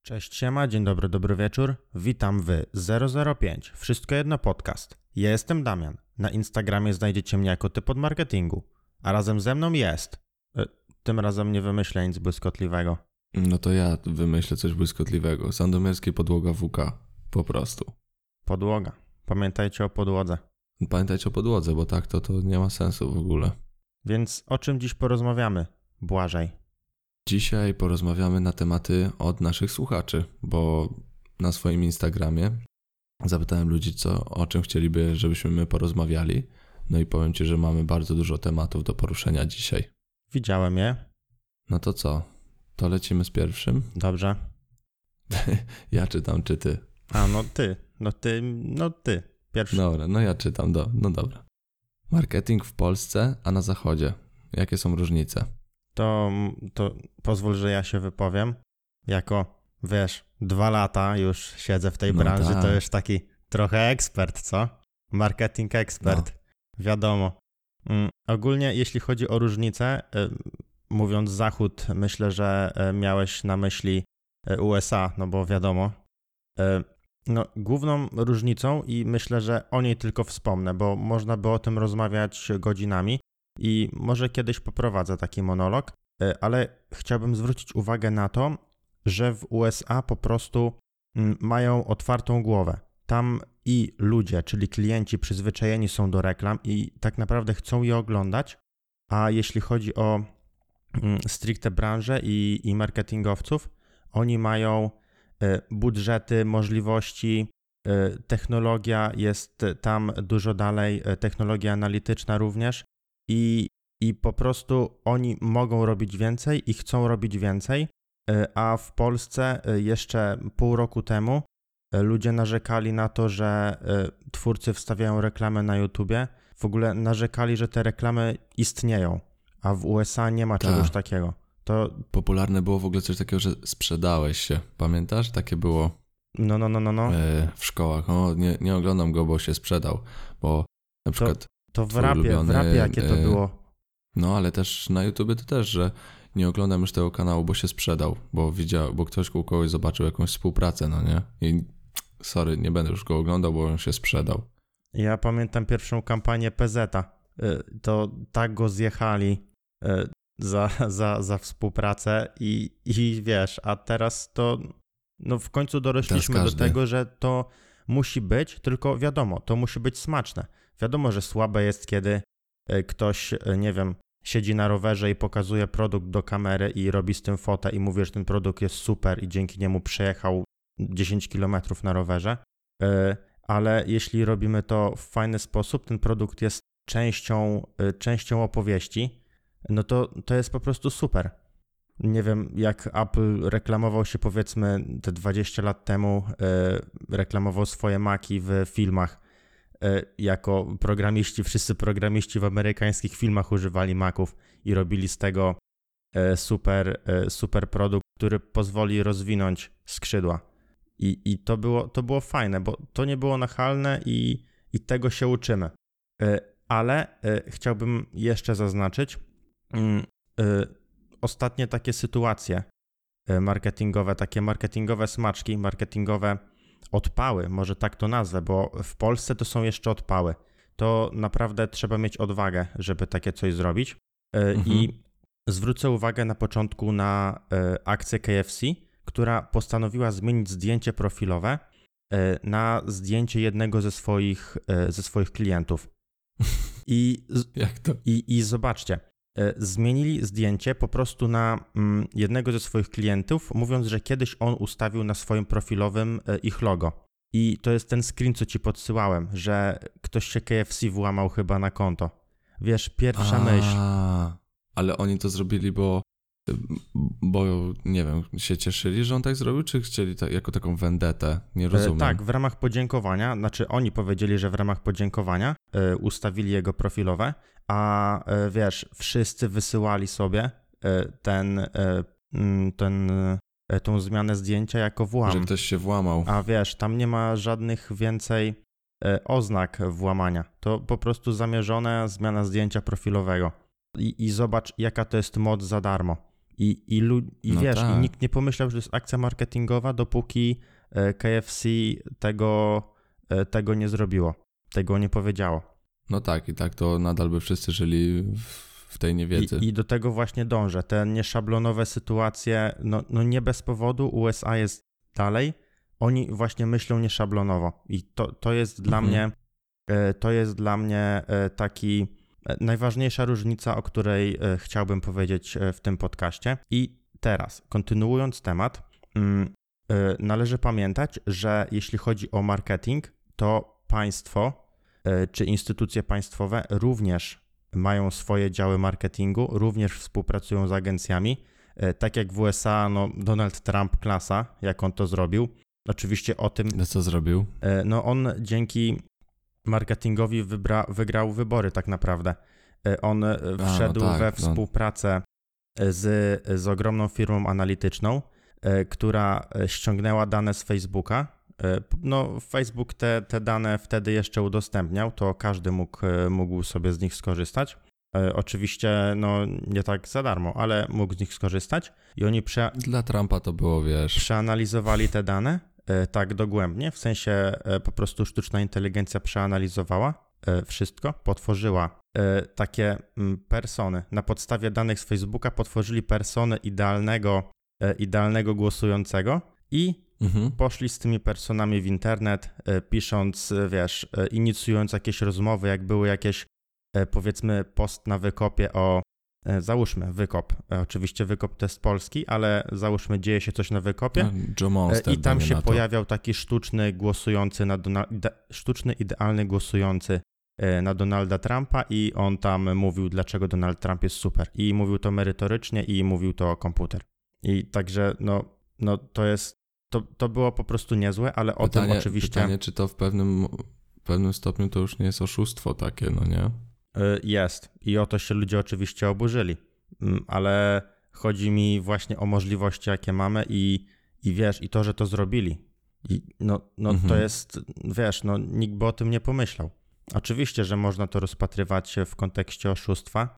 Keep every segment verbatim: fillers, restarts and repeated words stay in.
Cześć, siema, dzień dobry, dobry wieczór. Witam w zero zero pięć, Wszystko Jedno Podcast. Ja jestem Damian. Na Instagramie znajdziecie mnie jako typ od marketingu. A razem ze mną jest... E, tym razem nie wymyślę nic błyskotliwego. No to ja wymyślę coś błyskotliwego. Sandomierski podłoga W K. Po prostu. Podłoga. Pamiętajcie o podłodze. Pamiętajcie o podłodze, bo tak to, to nie ma sensu w ogóle. Więc o czym dziś porozmawiamy? Błażej. Dzisiaj porozmawiamy na tematy od naszych słuchaczy, bo na swoim Instagramie zapytałem ludzi, co, o czym chcieliby, żebyśmy my porozmawiali. No i powiem Ci, że mamy bardzo dużo tematów do poruszenia dzisiaj. Widziałem je. No to co? To lecimy z pierwszym? Dobrze. Ja czytam, czy Ty? A, no ty. No ty, no ty. Pierwszy. Dobra, no ja czytam, do, no dobra. Marketing w Polsce, a na Zachodzie. Jakie są różnice? To, to pozwól, że ja się wypowiem. Jako, wiesz, dwa lata już siedzę w tej No branży, tak. to już taki trochę ekspert, co? Marketing ekspert, No. wiadomo. Mm, ogólnie jeśli chodzi o różnice, y, mówiąc Zachód, myślę, że y, miałeś na myśli y, U S A, no bo wiadomo. Y, no, główną różnicą i myślę, że o niej tylko wspomnę, bo można by o tym rozmawiać godzinami, i może kiedyś poprowadzę taki monolog, ale chciałbym zwrócić uwagę na to, że w U S A po prostu mają otwartą głowę. Tam i ludzie, czyli klienci przyzwyczajeni są do reklam i tak naprawdę chcą je oglądać, a jeśli chodzi o stricte branżę i, i marketingowców, oni mają budżety, możliwości, technologia jest tam dużo dalej, technologia analityczna również. I, I po prostu oni mogą robić więcej i chcą robić więcej, a w Polsce jeszcze pół roku temu ludzie narzekali na to, że twórcy wstawiają reklamy na YouTubie. W ogóle narzekali, że te reklamy istnieją, a w U S A nie ma Ta. czegoś takiego. To... Popularne było w ogóle coś takiego, że sprzedałeś się. Pamiętasz? Takie było No, no, no, no, no. e, w szkołach. O, nie, nie oglądam go, bo się sprzedał, bo na przykład... To... To w Twój rapie, ulubiony, w rapie jakie to e, było. No, ale też na YouTubie to też, że nie oglądam już tego kanału, bo się sprzedał, bo widział, bo ktoś u kogoś zobaczył jakąś współpracę, no nie? I sorry, nie będę już go oglądał, bo on się sprzedał. Ja pamiętam pierwszą kampanię P Z a. To tak go zjechali za, za, za współpracę i, i wiesz, a teraz to no w końcu dorośliśmy do tego, że to musi być, tylko wiadomo, to musi być smaczne. Wiadomo, że słabe jest, kiedy ktoś, nie wiem, siedzi na rowerze i pokazuje produkt do kamery i robi z tym fotę i mówi, że ten produkt jest super i dzięki niemu przejechał dziesięć kilometrów na rowerze, ale jeśli robimy to w fajny sposób, ten produkt jest częścią, częścią opowieści, no to to jest po prostu super. Nie wiem, jak Apple reklamował się powiedzmy te dwadzieścia lat temu, reklamował swoje Maci w filmach. Jako programiści, wszyscy programiści w amerykańskich filmach używali Maców i robili z tego super, super produkt, który pozwoli rozwinąć skrzydła. I, i to było, to było fajne, bo to nie było nachalne i, i tego się uczymy. Ale chciałbym jeszcze zaznaczyć ostatnie takie sytuacje marketingowe, takie marketingowe smaczki, marketingowe odpały, może tak to nazwę, bo w Polsce to są jeszcze odpały. To naprawdę trzeba mieć odwagę, żeby takie coś zrobić. Mhm. I zwrócę uwagę na początku na akcję K F C, która postanowiła zmienić zdjęcie profilowe na zdjęcie jednego ze swoich, ze swoich klientów. I, Jak to? I, I zobaczcie, zmienili zdjęcie po prostu na jednego ze swoich klientów, mówiąc, że kiedyś on ustawił na swoim profilowym ich logo. I to jest ten screen, co ci podsyłałem, że ktoś się K F C włamał chyba na konto. Wiesz, pierwsza A, myśl. Ale oni to zrobili, bo, bo nie wiem, się cieszyli, że on tak zrobił, czy chcieli tak, jako taką vendetę? Nie rozumiem. Tak, w ramach podziękowania, znaczy oni powiedzieli, że w ramach podziękowania y, ustawili jego profilowe, a y, wiesz, wszyscy wysyłali sobie y, ten, y, ten, y, tą zmianę zdjęcia jako włam. Że ktoś się włamał. A wiesz, tam nie ma żadnych więcej y, oznak włamania. To po prostu zamierzona zmiana zdjęcia profilowego. I, i zobacz, jaka to jest moc za darmo. I, i, lu- i No wiesz, tak. i nikt nie pomyślał, że to jest akcja marketingowa, dopóki K F C tego, tego nie zrobiło, tego nie powiedziało. No tak, i tak to nadal by wszyscy żyli w, w tej niewiedzy. I, I do tego właśnie dążę. Te nieszablonowe sytuacje, no, no nie bez powodu U S A jest dalej. Oni właśnie myślą nieszablonowo. I to, to jest dla Mhm. mnie, to jest dla mnie taki najważniejsza różnica, o której chciałbym powiedzieć w tym podcaście. I teraz, kontynuując temat, należy pamiętać, że jeśli chodzi o marketing, to państwo czy instytucje państwowe również mają swoje działy marketingu, również współpracują z agencjami. Tak jak w U S A, no Donald Trump klasa, jak on to zrobił. Oczywiście o tym... No co zrobił? No on dzięki marketingowi wybra, wygrał wybory tak naprawdę. On wszedł A, no tak, we no. współpracę z, z ogromną firmą analityczną, która ściągnęła dane z Facebooka. No Facebook te, te dane wtedy jeszcze udostępniał, to każdy mógł, mógł sobie z nich skorzystać. Oczywiście no nie tak za darmo, ale mógł z nich skorzystać i oni prze... Dla Trumpa to było, wiesz... przeanalizowali te dane tak dogłębnie, w sensie po prostu sztuczna inteligencja przeanalizowała wszystko, potworzyła takie persony. Na podstawie danych z Facebooka potworzyli personę idealnego, idealnego głosującego i Mhm. poszli z tymi personami w internet, pisząc, wiesz, inicjując jakieś rozmowy, jak były jakieś, powiedzmy, post na Wykopie o, załóżmy, Wykop, oczywiście Wykop to jest polski, ale załóżmy, dzieje się coś na Wykopie No, Joe Monster i tam się na to. pojawiał taki sztuczny głosujący, na Dona- ide- sztuczny, idealny głosujący na Donalda Trumpa i on tam mówił, dlaczego Donald Trump jest super i mówił to merytorycznie i mówił to komputer. I także, no, no to jest To, to było po prostu niezłe, ale o pytanie, tym oczywiście... Pytanie, czy to w pewnym, w pewnym stopniu to już nie jest oszustwo takie, no nie? Jest. I o to się ludzie oczywiście oburzyli. Ale chodzi mi właśnie o możliwości, jakie mamy i, i wiesz, i to, że to zrobili. I no, no Mhm. to jest, wiesz, no nikt by o tym nie pomyślał. Oczywiście, że można to rozpatrywać w kontekście oszustwa,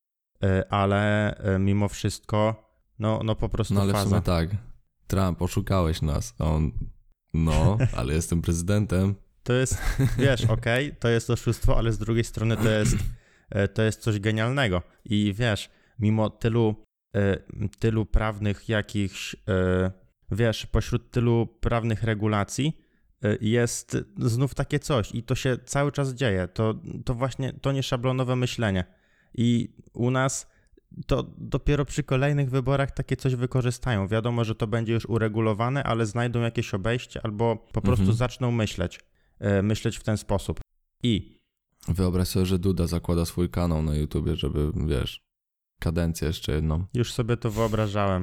ale mimo wszystko, no, no po prostu No ale faza. w sumie tak. Trump, oszukałeś nas. A on, no, ale jestem prezydentem. To jest, wiesz, okej, okay, to jest oszustwo, ale z drugiej strony to jest, to jest coś genialnego. I wiesz, mimo tylu, tylu prawnych jakichś, wiesz, pośród tylu prawnych regulacji jest znów takie coś i to się cały czas dzieje. To, to właśnie to nieszablonowe myślenie. I u nas to dopiero przy kolejnych wyborach takie coś wykorzystają. Wiadomo, że to będzie już uregulowane, ale znajdą jakieś obejście albo po prostu Mhm. zaczną myśleć. myśleć w ten sposób. I Wyobraź sobie, że Duda zakłada swój kanał na YouTubie, żeby, wiesz, kadencję jeszcze jedną. już sobie to wyobrażałem.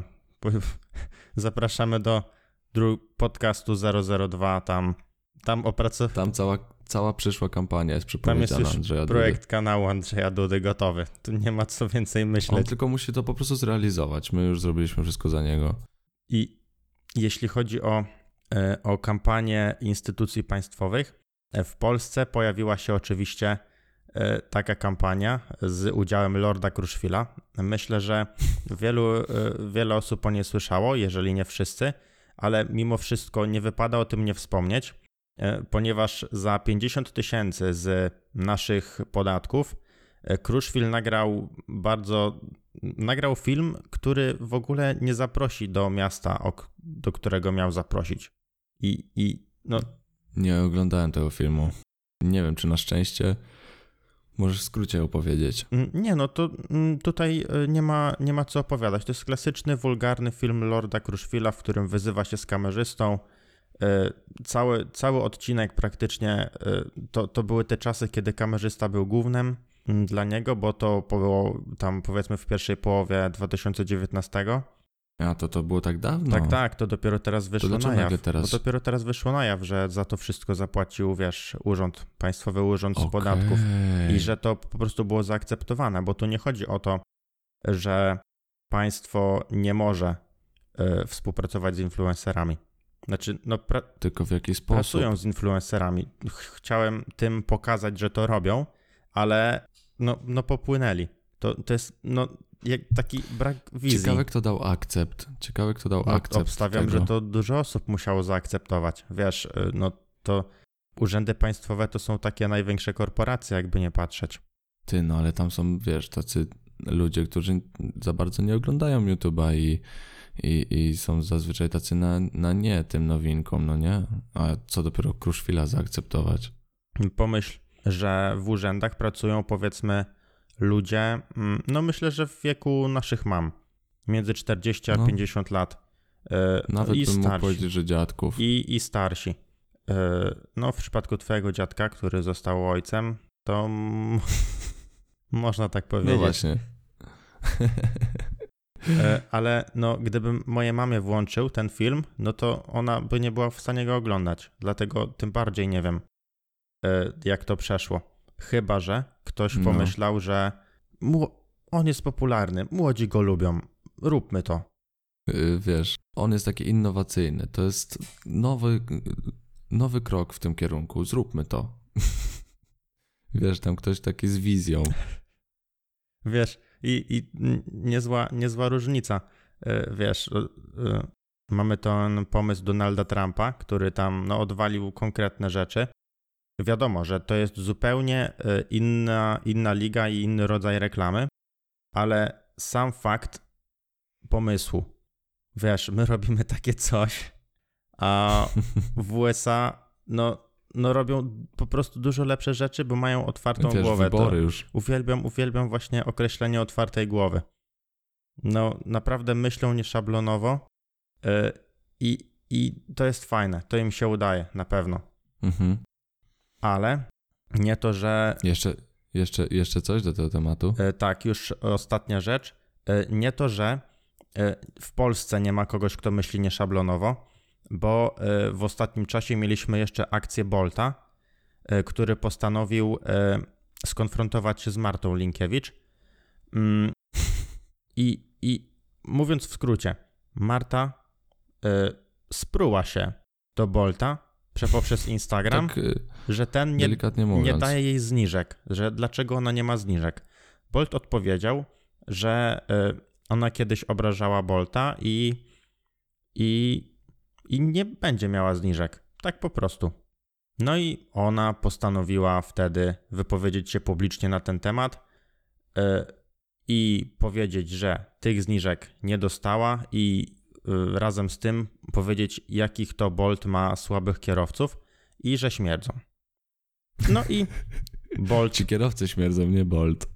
Zapraszamy do dru- podcastu zero zero dwa, tam, tam opracowałem. Tam cała, cała przyszła kampania jest Tam przepowiedziana jest już Andrzeja projekt Dudy. kanału Andrzeja Dudy gotowy. Tu nie ma co więcej On myśleć. tylko musi to po prostu zrealizować. My już zrobiliśmy wszystko za niego. I jeśli chodzi o, o kampanię instytucji państwowych, w Polsce pojawiła się oczywiście taka kampania z udziałem Lorda Kruszwila. Myślę, że wielu, wiele osób o niej słyszało, jeżeli nie wszyscy, ale mimo wszystko nie wypada o tym nie wspomnieć, ponieważ za pięćdziesiąt tysięcy z naszych podatków Kruszwil nagrał bardzo, nagrał film, który w ogóle nie zaprosi do miasta, do którego miał zaprosić. I, i no... Nie oglądałem tego filmu. Nie wiem, czy na szczęście możesz w skrócie opowiedzieć. Nie, no to tutaj nie ma, nie ma co opowiadać. To jest klasyczny, wulgarny film Lorda Kruszwila, w którym wyzywa się z kamerzystą. Cały, cały odcinek praktycznie to, to były te czasy, kiedy kamerzysta był głównym dla niego, bo to było tam powiedzmy w pierwszej połowie dwa tysiące dziewiętnastego. A to to było tak dawno? Tak, tak, to dopiero teraz wyszło to na jaw. Teraz? Bo dopiero teraz wyszło na jaw, że za to wszystko zapłacił, wiesz, urząd, Państwowy Urząd okay. z Podatków i że to po prostu było zaakceptowane, bo tu nie chodzi o to, że państwo nie może y, współpracować z influencerami. Znaczy, no pra- tylko w jaki sposób? Pracują z influencerami. Chciałem tym pokazać, że to robią, ale no, no popłynęli. To, to jest no, jak taki brak wizji. Ciekawe, kto dał akcept. Ciekawe, kto dał no, akcept obstawiam, tego. że to dużo osób musiało zaakceptować. Wiesz, no to urzędy państwowe to są takie największe korporacje, jakby nie patrzeć. Ty, no ale tam są, wiesz, tacy ludzie, którzy za bardzo nie oglądają YouTube'a i, i, i są zazwyczaj tacy na, na nie tym nowinkom, no nie? A co dopiero Kruszwila zaakceptować? Pomyśl, że w urzędach pracują powiedzmy ludzie, no myślę, że w wieku naszych mam, między czterdzieści a No. pięćdziesiąt lat. Nawet I bym mógł starsi. powiedzieć, że dziadków. I, I starsi. No w przypadku twojego dziadka, który został ojcem, to m- można tak powiedzieć. No właśnie. Ale no, gdybym mojej mamie włączył ten film, no to ona by nie była w stanie go oglądać. Dlatego tym bardziej nie wiem, jak to przeszło. Chyba że ktoś No. pomyślał, że mu- on jest popularny, młodzi go lubią, róbmy to. Y, Wiesz, on jest taki innowacyjny. To jest nowy, nowy krok w tym kierunku. Zróbmy to. Wiesz, tam ktoś taki z wizją. Wiesz, i, i niezła, niezła różnica. Wiesz, mamy ten pomysł Donalda Trumpa, który tam no, odwalił konkretne rzeczy. Wiadomo, że to jest zupełnie inna, inna liga i inny rodzaj reklamy, ale sam fakt pomysłu. Wiesz, my robimy takie coś, a w U S A no, no robią po prostu dużo lepsze rzeczy, bo mają otwartą Wiesz, głowę. wybory To już. uwielbiam, uwielbiam właśnie określenie otwartej głowy. No naprawdę myślą nieszablonowo yy, i, i to jest fajne, to im się udaje na pewno. Mhm. Ale nie to, że... Jeszcze, jeszcze, jeszcze coś do tego tematu? Yy, tak, już ostatnia rzecz. Yy, nie to, że yy, w Polsce nie ma kogoś, kto myśli nieszablonowo, bo yy, w ostatnim czasie mieliśmy jeszcze akcję Bolta, yy, który postanowił yy, skonfrontować się z Martą Linkiewicz. Yy, I, I mówiąc w skrócie, Marta y, spruła się do Bolta prze- poprzez Instagram, Tak y, że ten nie, delikatnie mówiąc. nie daje jej zniżek, że dlaczego ona nie ma zniżek. Bolt odpowiedział, że y, ona kiedyś obrażała Bolta i, i, i nie będzie miała zniżek. Tak po prostu. No i ona postanowiła wtedy wypowiedzieć się publicznie na ten temat y, i powiedzieć, że tych zniżek nie dostała i y, razem z tym powiedzieć, jakich to Bolt ma słabych kierowców i że śmierdzą. No i Bolt... Ci kierowcy śmierdzą, nie Bolt.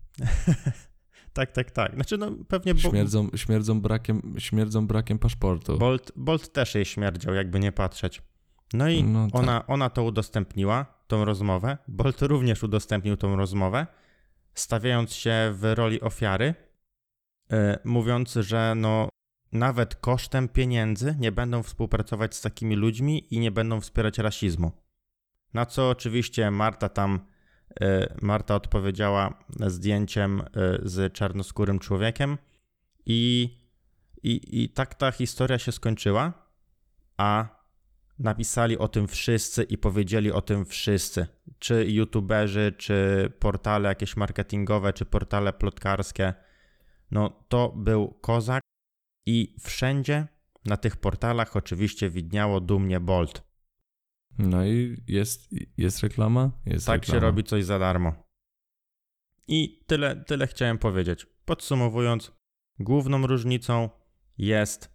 tak, tak, tak. Znaczy no pewnie... Bo... Śmierdzą, śmierdzą, brakiem, śmierdzą brakiem paszportu. Bolt, Bolt też jej śmierdział, jakby nie patrzeć. No i No tak. ona, ona to udostępniła, tą rozmowę. Bolt również udostępnił tą rozmowę, stawiając się w roli ofiary, yy, mówiąc, że no nawet kosztem pieniędzy nie będą współpracować z takimi ludźmi i nie będą wspierać rasizmu. Na co oczywiście Marta tam, yy, Marta odpowiedziała zdjęciem yy, z czarnoskórym człowiekiem i, i, i tak ta historia się skończyła, a napisali o tym wszyscy i powiedzieli o tym wszyscy. Czy youtuberzy, czy portale jakieś marketingowe, czy portale plotkarskie. No to był kozak i wszędzie na tych portalach oczywiście widniało dumnie Bolt. No i jest, jest reklama? Jest Tak reklama. się robi coś za darmo. I tyle, tyle chciałem powiedzieć. Podsumowując, główną różnicą jest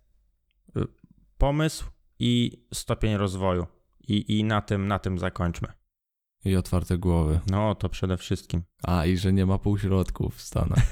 pomysł i stopień rozwoju. I, i na tym, na tym zakończmy. I otwarte głowy. No, to przede wszystkim. A, i że nie ma półśrodków w Stanach.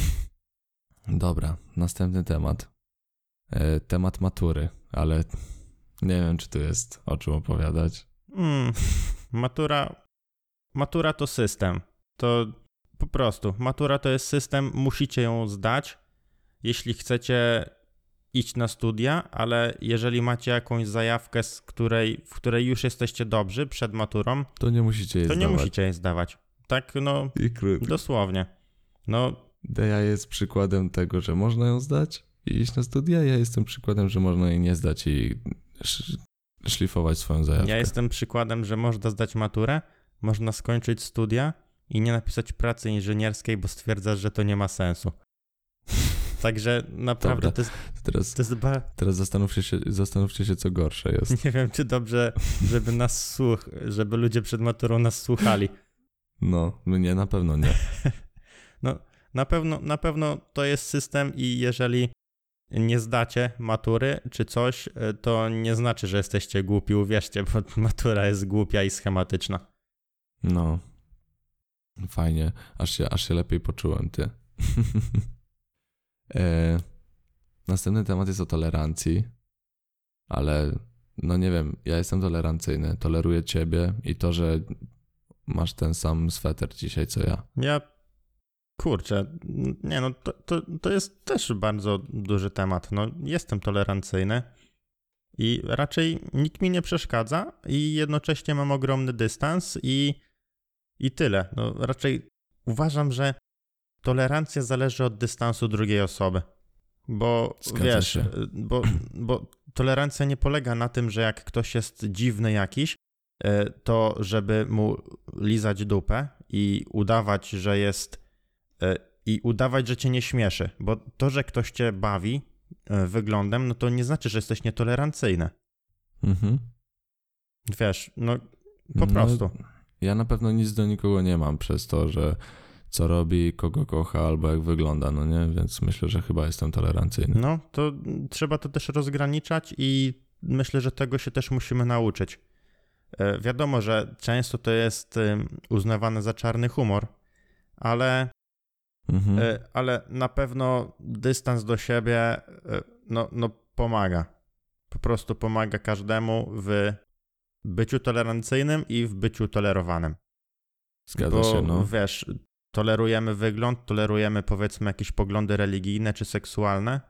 Dobra, następny temat. E, temat matury, ale nie wiem, czy tu jest o czym opowiadać. Mm, matura, matura to system. To po prostu, matura to jest system, musicie ją zdać, jeśli chcecie iść na studia, ale jeżeli macie jakąś zajawkę, z której, w której już jesteście dobrzy przed maturą, To nie musicie jej to zdawać. nie musicie jej zdawać. Tak, no, I krótko. dosłownie. No, Deja jest przykładem tego, że można ją zdać i iść na studia. Ja jestem przykładem, że można jej nie zdać i sz- szlifować swoją zajawkę. ja jestem przykładem, że można zdać maturę, można skończyć studia i nie napisać pracy inżynierskiej, bo stwierdzasz, że to nie ma sensu. Także naprawdę Dobra, to jest... Teraz, To jest ba... teraz zastanówcie, się, zastanówcie się, co gorsze jest. Nie wiem, czy dobrze, żeby nas słuch... żeby ludzie przed maturą nas słuchali. No, mnie na pewno nie. No, na pewno, na pewno to jest system i jeżeli nie zdacie matury czy coś, to nie znaczy, że jesteście głupi, uwierzcie, bo matura jest głupia i schematyczna. No, fajnie, aż się, aż się lepiej poczułem, ty. e, następny temat jest o tolerancji, ale no nie wiem, ja jestem tolerancyjny, toleruję ciebie i to, że masz ten sam sweter dzisiaj, co ja. Ja, kurczę, nie no, to, to, to jest też bardzo duży temat. No, jestem tolerancyjny i raczej nikt mi nie przeszkadza i jednocześnie mam ogromny dystans i, i tyle. No, raczej uważam, że tolerancja zależy od dystansu drugiej osoby, bo Zgadza wiesz, się. bo, bo tolerancja nie polega na tym, że jak ktoś jest dziwny jakiś, to żeby mu lizać dupę i udawać, że jest i udawać, że cię nie śmieszy, bo to, że ktoś cię bawi wyglądem, no to nie znaczy, że jesteś nietolerancyjny. Mhm. Wiesz, no po No, prostu. Ja na pewno nic do nikogo nie mam przez to, że co robi, kogo kocha albo jak wygląda, no nie? Więc myślę, że chyba jestem tolerancyjny. No to trzeba to też rozgraniczać i myślę, że tego się też musimy nauczyć. Wiadomo, że często to jest uznawane za czarny humor, ale, Mhm. ale na pewno dystans do siebie no, no pomaga. Po prostu pomaga każdemu w byciu tolerancyjnym i w byciu tolerowanym. Zgadza Bo, się, no. wiesz, tolerujemy wygląd, tolerujemy powiedzmy jakieś poglądy religijne czy seksualne,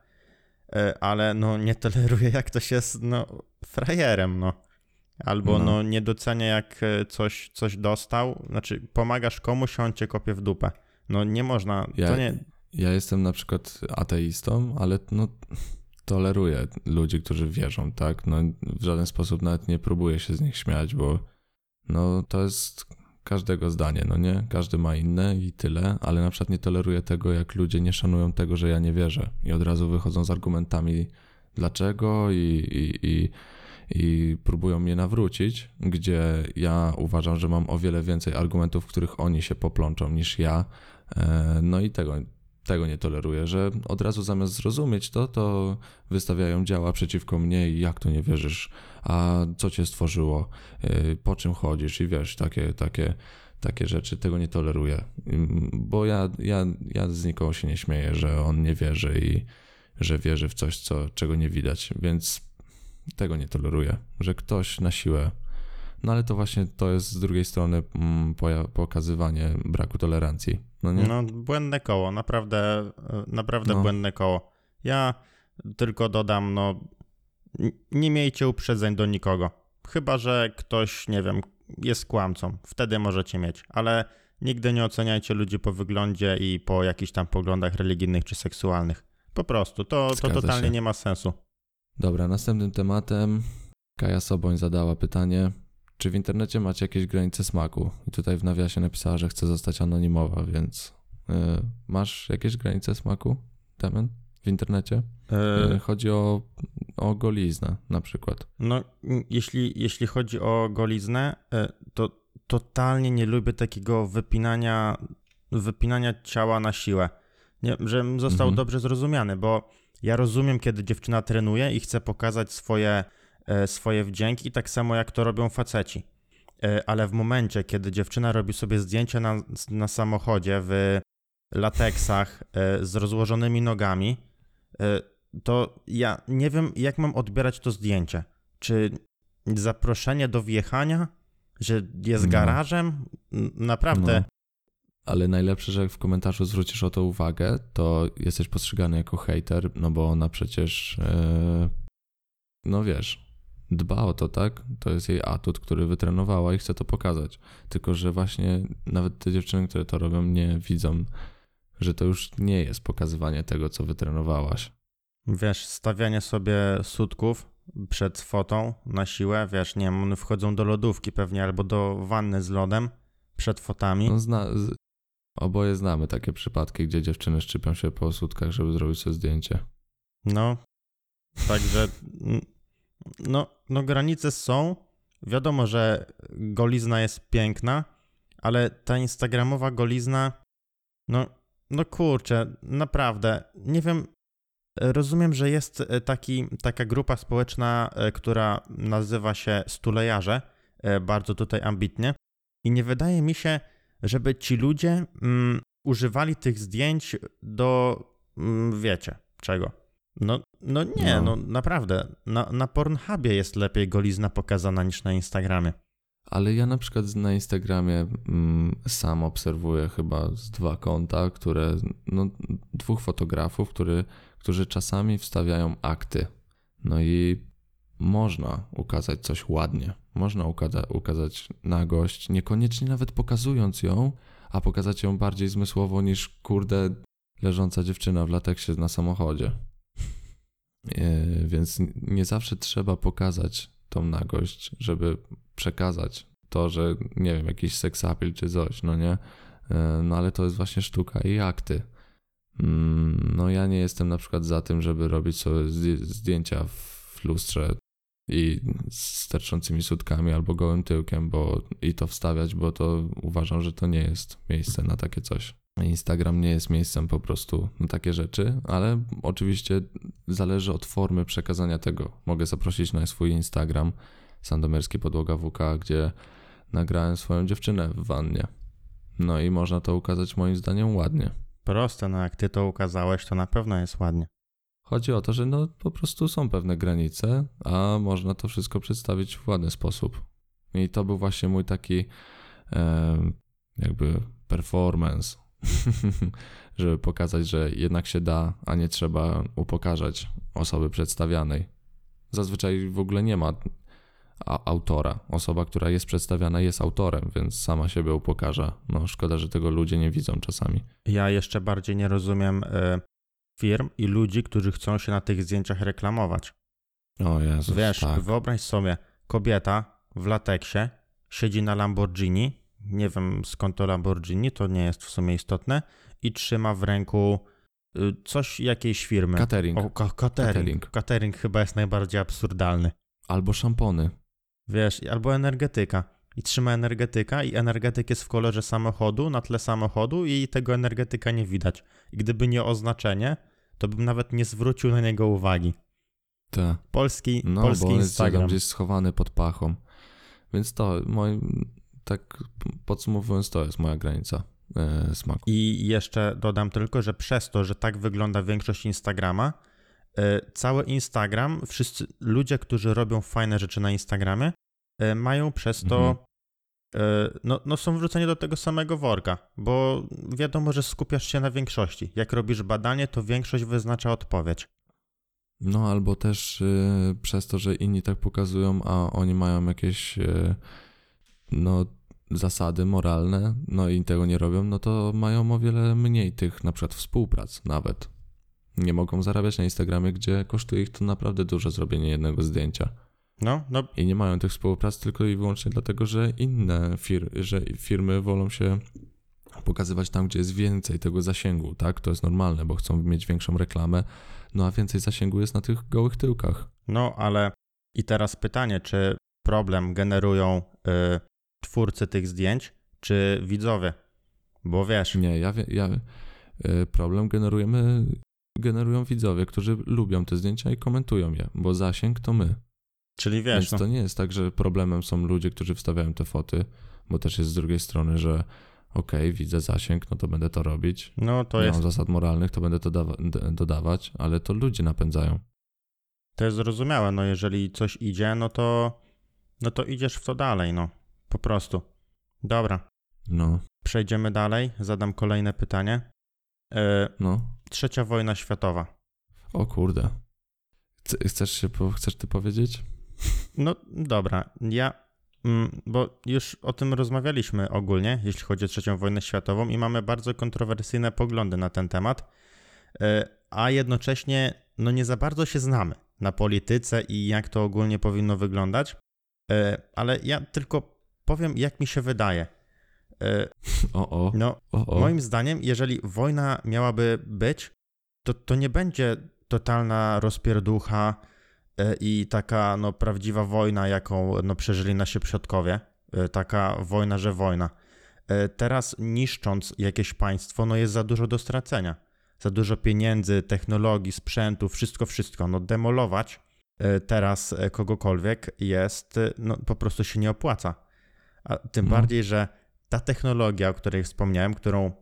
ale no nie toleruję, jak ktoś jest no frajerem, no. Albo no. no nie docenia, jak coś, coś dostał. Znaczy pomagasz komuś, a on cię kopie w dupę. No nie można, Ja, to nie... ja jestem na przykład ateistą, ale no toleruję ludzi, którzy wierzą, tak? No w żaden sposób nawet nie próbuję się z nich śmiać, bo no to jest każdego zdanie, no nie? Każdy ma inne i tyle, ale na przykład nie toleruję tego, jak ludzie nie szanują tego, że ja nie wierzę i od razu wychodzą z argumentami dlaczego i, i, i i próbują mnie nawrócić, gdzie ja uważam, że mam o wiele więcej argumentów, w których oni się poplączą niż ja. No i tego, tego nie toleruję, że od razu zamiast zrozumieć to, to wystawiają działa przeciwko mnie i jak to nie wierzysz, a co cię stworzyło, po czym chodzisz i wiesz, takie, takie, takie rzeczy, tego nie toleruję, bo ja, ja, ja z nikogo się nie śmieję, że on nie wierzy i że wierzy w coś, co, czego nie widać, więc tego nie toleruję, że ktoś na siłę, no ale to właśnie to jest z drugiej strony mm, pokazywanie braku tolerancji, no nie? No błędne koło, naprawdę, naprawdę No. błędne koło. Ja tylko dodam, no nie miejcie uprzedzeń do nikogo, chyba że ktoś, nie wiem, jest kłamcą, wtedy możecie mieć, ale nigdy nie oceniajcie ludzi po wyglądzie i po jakichś tam poglądach religijnych czy seksualnych. Po prostu, to, to totalnie się. nie ma sensu. Dobra, następnym tematem Kaja Soboń zadała pytanie, czy w internecie macie jakieś granice smaku? I tutaj w nawiasie napisała, że chce zostać anonimowa, więc yy, masz jakieś granice smaku, Temen, w internecie? Yy, chodzi o, o goliznę na przykład. No, jeśli, jeśli chodzi o goliznę, to totalnie nie lubię takiego wypinania, wypinania ciała na siłę. Nie, żebym został Mhm. dobrze zrozumiany, bo ja rozumiem, kiedy dziewczyna trenuje i chce pokazać swoje, swoje wdzięki, tak samo jak to robią faceci. Ale w momencie, kiedy dziewczyna robi sobie zdjęcia na, na samochodzie w lateksach z rozłożonymi nogami, to ja nie wiem, jak mam odbierać to zdjęcie. Czy zaproszenie do wjechania, że jest No. garażem? Naprawdę. No. Ale najlepsze, że jak w komentarzu zwrócisz o to uwagę, to jesteś postrzegany jako hejter, no bo ona przecież, yy, no wiesz, dba o to, tak? To jest jej atut, który wytrenowała i chce to pokazać. Tylko, że właśnie nawet te dziewczyny, które to robią, nie widzą, że to już nie jest pokazywanie tego, co wytrenowałaś. Wiesz, stawianie sobie sutków przed fotą na siłę, wiesz, nie wiem, one wchodzą do lodówki pewnie albo do wanny z lodem, przed fotami. No zna, z, oboje znamy takie przypadki, gdzie dziewczyny szczypią się po sutkach, żeby zrobić sobie zdjęcie. No, także no, no granice są. Wiadomo, że golizna jest piękna, ale ta instagramowa golizna, no, no kurczę, naprawdę, nie wiem, rozumiem, że jest taki, taka grupa społeczna, która nazywa się stulejarze, bardzo tutaj ambitnie i nie wydaje mi się, żeby ci ludzie mm, używali tych zdjęć do, mm, wiecie, czego? No, no nie, no, no naprawdę, na, na Pornhubie jest lepiej golizna pokazana niż na Instagramie. Ale ja na przykład na Instagramie mm, sam obserwuję chyba z dwa konta, które, no dwóch fotografów, który, którzy czasami wstawiają akty. No i można ukazać coś ładnie. Można ukaza- ukazać nagość, niekoniecznie nawet pokazując ją, a pokazać ją bardziej zmysłowo niż kurde leżąca dziewczyna w lateksie na samochodzie. Yy, więc nie zawsze trzeba pokazać tą nagość, żeby przekazać to, że nie wiem, jakiś sex appeal czy coś, no nie? Yy, no ale to jest właśnie sztuka i akty. Yy, no ja nie jestem na przykład za tym, żeby robić sobie zdjęcia w lustrze i z sterczącymi sutkami albo gołym tyłkiem, bo i to wstawiać, bo to uważam, że to nie jest miejsce na takie coś. Instagram nie jest miejscem po prostu na takie rzeczy, ale oczywiście zależy od formy przekazania tego. Mogę zaprosić na swój Instagram Sandomierski Podłoga W K, gdzie nagrałem swoją dziewczynę w wannie. No i można to ukazać moim zdaniem ładnie. Proste, no jak ty to ukazałeś, to na pewno jest ładnie. Chodzi o to, że no po prostu są pewne granice, a można to wszystko przedstawić w ładny sposób. I to był właśnie mój taki e, jakby performance, żeby pokazać, że jednak się da, a nie trzeba upokarzać osoby przedstawianej. Zazwyczaj w ogóle nie ma a, autora. Osoba, która jest przedstawiana, jest autorem, więc sama siebie upokarza. No szkoda, że tego ludzie nie widzą czasami. Ja jeszcze bardziej nie rozumiem y, firm i ludzi, którzy chcą się na tych zdjęciach reklamować. O Jezus, Wiesz, tak. wyobraź sobie, kobieta w lateksie siedzi na Lamborghini, nie wiem skąd to Lamborghini, to nie jest w sumie istotne, i trzyma w ręku y, coś jakiejś firmy. Catering. O, ka- catering. catering. Catering chyba jest najbardziej absurdalny. Albo szampony. Wiesz, albo energetyka. I trzyma energetyka i energetyk jest w kolorze samochodu, na tle samochodu i tego energetyka nie widać. I gdyby nie oznaczenie, to bym nawet nie zwrócił na niego uwagi. Tak. Polski, no, polski bo on jest Instagram. tam gdzieś schowany pod pachą. Więc to, moi, tak podsumowując, to jest moja granica e, smaku. I jeszcze dodam tylko, że przez to, że tak wygląda większość Instagrama, e, cały Instagram, wszyscy ludzie, którzy robią fajne rzeczy na Instagramie, e, mają przez to, Mhm. e, no, no są wrzuceni do tego samego worka, bo wiadomo, że skupiasz się na większości. Jak robisz badanie, to większość wyznacza odpowiedź. No albo też y, przez to, że inni tak pokazują, a oni mają jakieś y, no zasady moralne, no i tego nie robią, no to mają o wiele mniej tych na przykład współprac nawet. Nie mogą zarabiać na Instagramie, gdzie kosztuje ich to naprawdę dużo zrobienie jednego zdjęcia. No, no. I nie mają tych współprac tylko i wyłącznie dlatego, że inne fir- że firmy wolą się pokazywać tam, gdzie jest więcej tego zasięgu, tak? To jest normalne, bo chcą mieć większą reklamę, no a więcej zasięgu jest na tych gołych tyłkach. No, ale i teraz pytanie, czy problem generują y, twórcy tych zdjęć, czy widzowie? Bo wiesz... Nie, ja, wie- ja y, problem generujemy, generują widzowie, którzy lubią te zdjęcia i komentują je, bo zasięg to my. Czyli wiesz, Więc no, to nie jest tak, że problemem są ludzie, którzy wstawiają te foty, bo też jest z drugiej strony, że okej, okay, widzę zasięg, no to będę to robić. no to Nie jest... mam zasad moralnych, to będę to dawa- d- dodawać, ale to ludzie napędzają. To jest zrozumiałe, no jeżeli coś idzie, no to, no to idziesz w to dalej, no, po prostu. Dobra, No, przejdziemy dalej, zadam kolejne pytanie. E, no. Trzecia wojna światowa. O kurde. Chce- Chcesz się, po- chcesz ty powiedzieć? No dobra, ja, mm, bo już o tym rozmawialiśmy ogólnie, jeśli chodzi o trzecią wojnę światową i mamy bardzo kontrowersyjne poglądy na ten temat, e, a jednocześnie no nie za bardzo się znamy na polityce i jak to ogólnie powinno wyglądać, e, ale ja tylko powiem, jak mi się wydaje. E, O, o, no, o, o. moim zdaniem, jeżeli wojna miałaby być, to, to nie będzie totalna rozpierducha e, i taka no, prawdziwa wojna, jaką no, przeżyli nasi przodkowie. E, taka wojna, że wojna. E, teraz niszcząc jakieś państwo, no jest za dużo do stracenia. Za dużo pieniędzy, technologii, sprzętu, wszystko, wszystko. No demolować e, teraz e, kogokolwiek jest, e, no po prostu się nie opłaca. A tym No. bardziej, że ta technologia, o której wspomniałem, którą,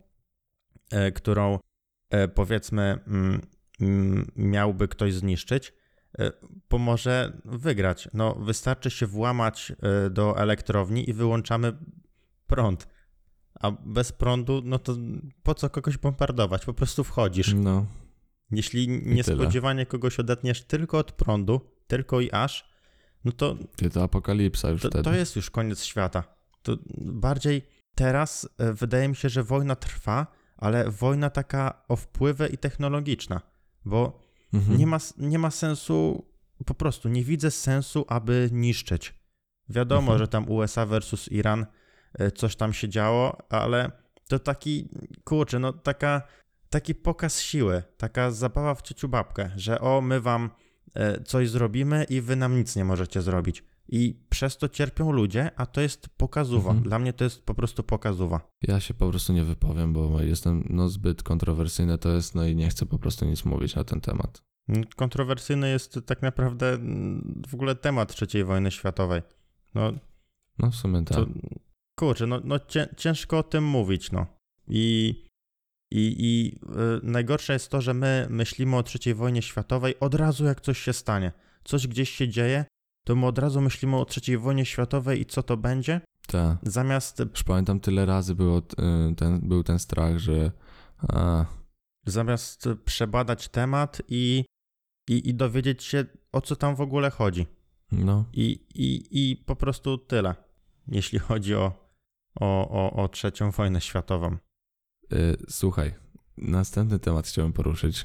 e, którą e, powiedzmy mm, mm, miałby ktoś zniszczyć, e, pomoże wygrać. No, wystarczy się włamać e, do elektrowni i wyłączamy prąd. A bez prądu, no to po co kogoś bombardować? Po prostu wchodzisz. No, Jeśli niespodziewanie kogoś odetniesz tylko od prądu, tylko i aż, no to ty to apokalipsa już to, wtedy. to jest już koniec świata. To bardziej teraz e, wydaje mi się, że wojna trwa, ale wojna taka o wpływy i technologiczna, bo Mhm. nie ma, nie ma sensu, po prostu nie widzę sensu, aby niszczyć. Wiadomo, Mhm. że tam U S A versus Iran, e, coś tam się działo, ale to taki, kurczę, no taka, taki pokaz siły, taka zabawa w ciociu babkę, że o, my wam e, coś zrobimy i wy nam nic nie możecie zrobić. I przez to cierpią ludzie, a to jest pokazuwa. Mhm. Dla mnie to jest po prostu pokazuwa. Ja się po prostu nie wypowiem, bo jestem no, zbyt kontrowersyjny to jest, no i nie chcę po prostu nic mówić na ten temat. Kontrowersyjny jest tak naprawdę mm, w ogóle temat trzeciej wojny światowej. No, No w sumie tak. to, kurczę, no, no cię, ciężko o tym mówić, no. I, i, i y, najgorsze jest to, że my myślimy o trzeciej wojnie światowej od razu jak coś się stanie. Coś gdzieś się dzieje, to my od razu myślimy o trzeciej wojnie światowej i co to będzie, Tak. zamiast, Już pamiętam, tyle razy było, y, ten, był ten strach, że a, zamiast przebadać temat i, i, i dowiedzieć się, o co tam w ogóle chodzi. no, I, i, i po prostu tyle, jeśli chodzi o, o, o, o trzecią wojnę światową. y, słuchaj, następny temat chciałem poruszyć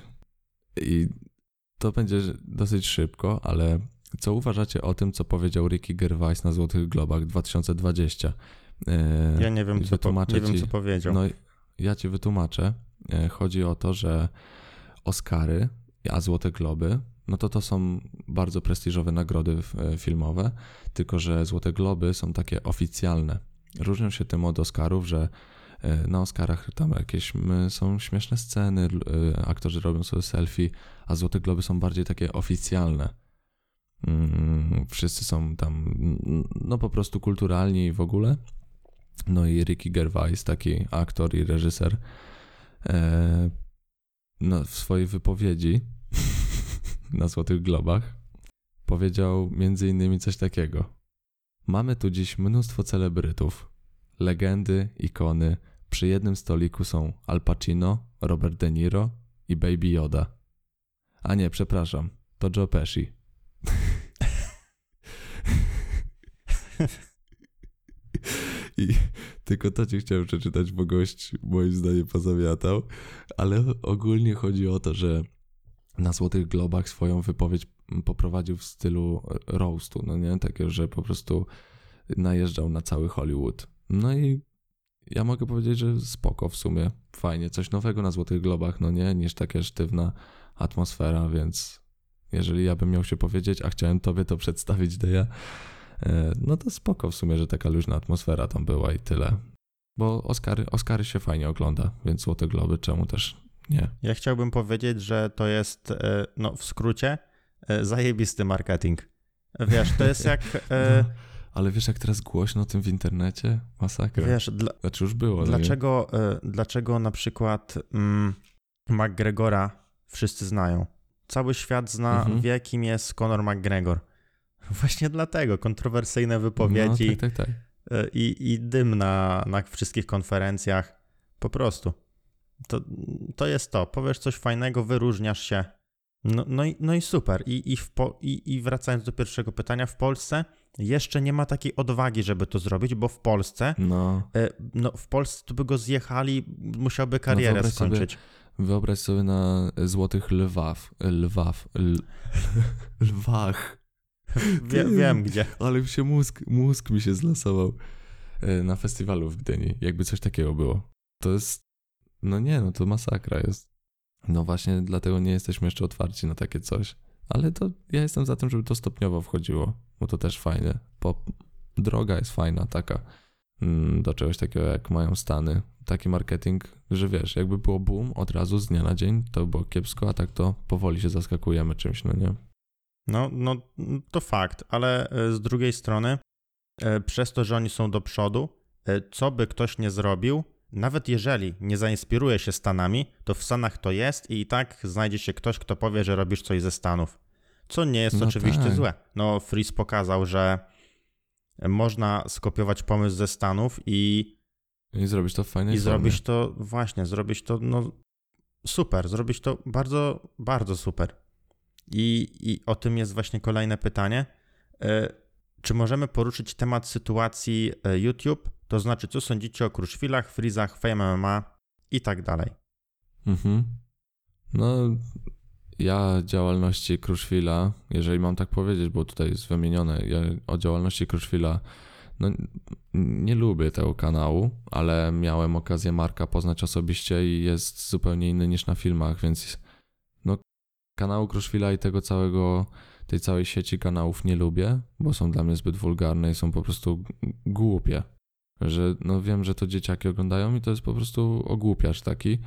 i to będzie dosyć szybko, ale co uważacie o tym, co powiedział Ricky Gervais na Złotych Globach dwa tysiące dwudziestym? Y, Ja nie wiem, co, po, wytłumaczę nie wiem, ci- co powiedział. No, ja ci wytłumaczę. E, Chodzi o to, że Oscary, a Złote Globy, no to to są bardzo prestiżowe nagrody f- e, filmowe, tylko że Złote Globy są takie oficjalne. Różnią się tym od Oscarów, że e, na Oscarach tam jakieś m, są śmieszne sceny, l- e, aktorzy robią sobie selfie, a Złote Globy są bardziej takie oficjalne. Mm, Wszyscy są tam, mm, no po prostu kulturalni w ogóle. No i Ricky Gervais, taki aktor i reżyser, e, no, w swojej wypowiedzi na Złotych Globach powiedział między innymi coś takiego. Mamy tu dziś mnóstwo celebrytów, legendy, ikony. Przy jednym stoliku są Al Pacino, Robert De Niro i Baby Yoda. A nie, przepraszam, to Joe Pesci. I tylko to ci chciałem przeczytać, bo gość moim zdaniem pozamiatał, ale ogólnie chodzi o to, że na Złotych Globach swoją wypowiedź poprowadził w stylu roastu, no nie? Takiego, że po prostu najeżdżał na cały Hollywood. No i ja mogę powiedzieć, że spoko w sumie, fajnie, coś nowego na Złotych Globach, no nie? Niż taka sztywna atmosfera, więc jeżeli ja bym miał się powiedzieć, a chciałem tobie to przedstawić, Deja, no to spoko w sumie, że taka luźna atmosfera tam była i tyle. Bo Oscary, Oscary się fajnie ogląda, więc Złote Globy czemu też nie? Ja chciałbym powiedzieć, że to jest, e, no w skrócie, e, zajebisty marketing. Wiesz, to jest jak, e, No, ale wiesz jak teraz głośno o tym w internecie? Masakra. wiesz, dla, Znaczy już było. no nie? dlaczego, e, dlaczego na przykład mm, McGregora wszyscy znają? Cały świat zna, Mhm. wie kim jest Conor McGregor. Właśnie dlatego kontrowersyjne wypowiedzi No, tak, tak, tak. e, i, i dym na, na wszystkich konferencjach. Po prostu. To, to jest to. Powiesz coś fajnego, wyróżniasz się. No, no, i, no i super. I, i, w po, i, I wracając do pierwszego pytania, w Polsce jeszcze nie ma takiej odwagi, żeby to zrobić, bo w Polsce, No, e, no w Polsce to by go zjechali, musiałby karierę wyobraź sobie- skończyć. wyobraź sobie na Złotych Lwaw, Lwaw, l, Lwach. Wie, wiem gdzie. Ale mi się mózg, mózg mi się zlasował. na festiwalu w Gdyni, jakby coś takiego było. To jest, no nie, no to masakra jest. No właśnie dlatego nie jesteśmy jeszcze otwarci na takie coś. Ale to ja jestem za tym, żeby to stopniowo wchodziło, bo to też fajne. Pop, droga jest fajna taka mm, do czegoś takiego jak mają Stany. Taki marketing, że wiesz, jakby było boom od razu z dnia na dzień, to by było kiepsko, a tak to powoli się zaskakujemy czymś, no nie? No, no to fakt, ale z drugiej strony przez to, że oni są do przodu, co by ktoś nie zrobił, nawet jeżeli nie zainspiruje się Stanami, to w Stanach to jest i i tak znajdzie się ktoś, kto powie, że robisz coś ze Stanów. Co nie jest No oczywiście tak. złe. No Freeze pokazał, że można skopiować pomysł ze Stanów i, I zrobić to w fajnej i formie. zrobić to, właśnie, zrobić to no super, zrobić to bardzo, bardzo super. I, I o tym jest właśnie kolejne pytanie. Czy możemy poruszyć temat sytuacji YouTube? To znaczy, co sądzicie o Kruszwilach, Freezach, Fame M M A i tak dalej? Mhm. No, ja działalności Kruszwila, jeżeli mam tak powiedzieć, bo tutaj jest wymienione, ja o działalności Kruszwila, no nie lubię tego kanału, ale miałem okazję Marka poznać osobiście i jest zupełnie inny niż na filmach, więc no kanału Kruszwila i tego całego, tej całej sieci kanałów nie lubię, bo są dla mnie zbyt wulgarne i są po prostu głupie. Że no wiem, że to dzieciaki oglądają i to jest po prostu ogłupiacz taki.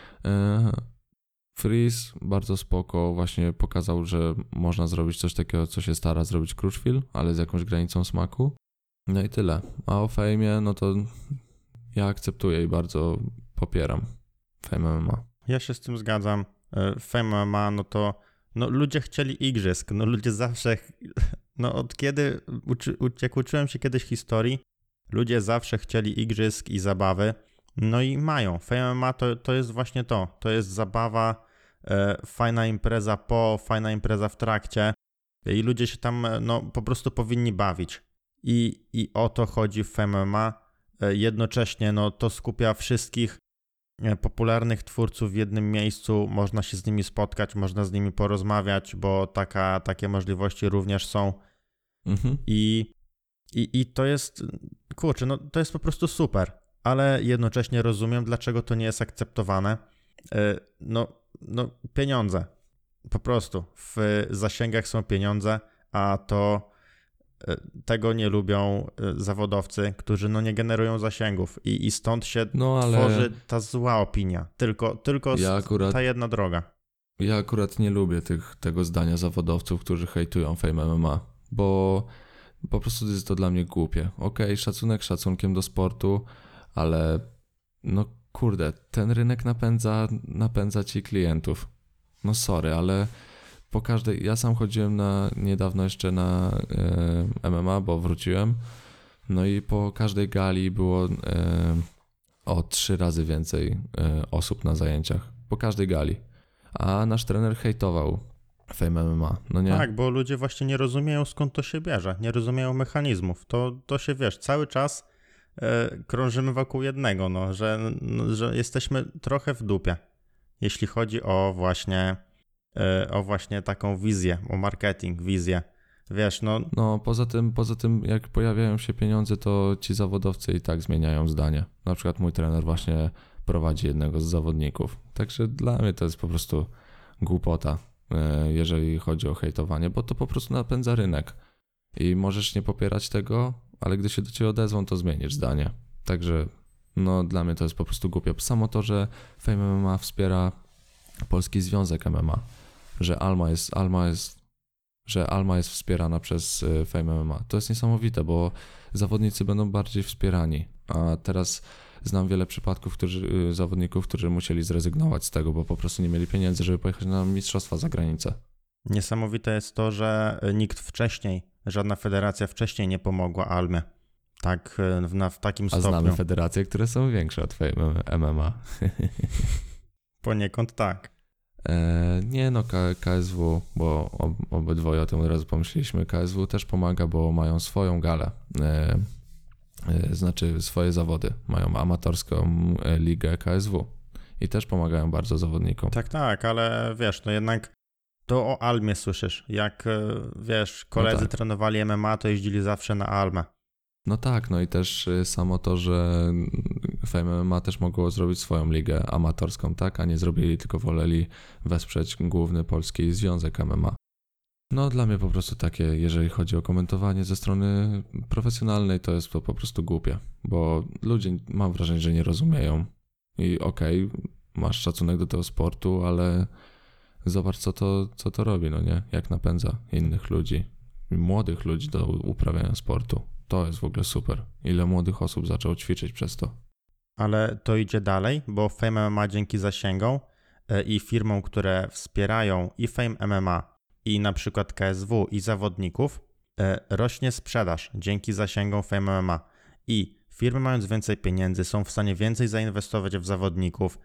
Freeze bardzo spoko, właśnie pokazał, że można zrobić coś takiego, co się stara zrobić Kruszwil, ale z jakąś granicą smaku. No i tyle. A o Fejmie, no to ja akceptuję i bardzo popieram Fame M M A. Ja się z tym zgadzam. Fame M M A, no to no ludzie chcieli igrzysk, no ludzie zawsze, no od kiedy, uczy, jak uczyłem się kiedyś historii, ludzie zawsze chcieli igrzysk i zabawy, no i mają. Fame M M A to, to jest właśnie to, to jest zabawa, e, fajna impreza po, fajna impreza w trakcie i ludzie się tam no po prostu powinni bawić. I, i o to chodzi w Fame M M A. E, jednocześnie no to skupia wszystkich popularnych twórców w jednym miejscu, można się z nimi spotkać, można z nimi porozmawiać, bo taka, takie możliwości również są. Mhm. I, i, I to jest, kurczę, no to jest po prostu super, ale jednocześnie rozumiem, dlaczego to nie jest akceptowane. No, no pieniądze, po prostu w zasięgach są pieniądze, a to tego nie lubią zawodowcy, którzy no nie generują zasięgów i, i stąd się No, ale tworzy ta zła opinia. Tylko, tylko ja akurat, ta jedna droga. Ja akurat nie lubię tych, tego zdania zawodowców, którzy hejtują Fame M M A, bo po prostu jest to dla mnie głupie. Okej, okay, szacunek szacunkiem do sportu, ale no kurde, ten rynek napędza, napędza ci klientów. No sorry, ale po każdej, ja sam chodziłem na niedawno jeszcze na e, M M A, bo wróciłem, no i po każdej gali było e, o trzy razy więcej e, osób na zajęciach, po każdej gali, a nasz trener hejtował Fame M M A, no nie? Tak, bo ludzie właśnie nie rozumieją, skąd to się bierze, nie rozumieją mechanizmów, to, to się, wiesz, cały czas e, krążymy wokół jednego, no, że, no, że jesteśmy trochę w dupie, jeśli chodzi o właśnie o właśnie taką wizję, o marketing, wizję, wiesz, no... No, poza tym, poza tym, jak pojawiają się pieniądze, to ci zawodowcy i tak zmieniają zdanie. Na przykład mój trener właśnie prowadzi jednego z zawodników. Także dla mnie to jest po prostu głupota, jeżeli chodzi o hejtowanie, bo to po prostu napędza rynek. I możesz nie popierać tego, ale gdy się do ciebie odezwą, to zmienisz zdanie. Także, no, dla mnie to jest po prostu głupie. Samo to, że Fame M M A wspiera Polski Związek M M A, że Alma jest, Alma jest, że Alma jest wspierana przez Fame M M A. To jest niesamowite, bo zawodnicy będą bardziej wspierani, a teraz znam wiele przypadków którzy, zawodników, którzy musieli zrezygnować z tego, bo po prostu nie mieli pieniędzy, żeby pojechać na mistrzostwa za granicę. Niesamowite jest to, że nikt wcześniej, żadna federacja wcześniej nie pomogła Almie. Tak w, na, w takim stopniu. A znamy federacje, które są większe od Fame M M A. Poniekąd tak. E, nie no, K- KSW, bo ob, obydwoje o tym od razu pomyśleliśmy, K S W też pomaga, bo mają swoją galę, e, e, znaczy swoje zawody, mają amatorską ligę K S W i też pomagają bardzo zawodnikom. Tak, tak, ale wiesz, no jednak to o Almie słyszysz, jak wiesz, koledzy no tak. trenowali M M A, to jeździli zawsze na Almę. No tak, no i też samo to, że Fame M M A też mogło zrobić swoją ligę amatorską, tak, a nie zrobili, tylko woleli wesprzeć główny polski związek M M A. No dla mnie po prostu takie, jeżeli chodzi o komentowanie ze strony profesjonalnej, to jest to po prostu głupie, bo ludzie, mam wrażenie, że nie rozumieją i okej, okay, masz szacunek do tego sportu, ale zobacz co to, co to robi, no nie, jak napędza innych ludzi, młodych ludzi do uprawiania sportu. To jest w ogóle super. Ile młodych osób zaczęło ćwiczyć przez to. Ale to idzie dalej, bo Fame M M A dzięki zasięgom i firmom, które wspierają i Fame M M A, i na przykład K S W, i zawodników, rośnie sprzedaż dzięki zasięgom Fame M M A. I firmy, mając więcej pieniędzy, są w stanie więcej zainwestować w zawodników,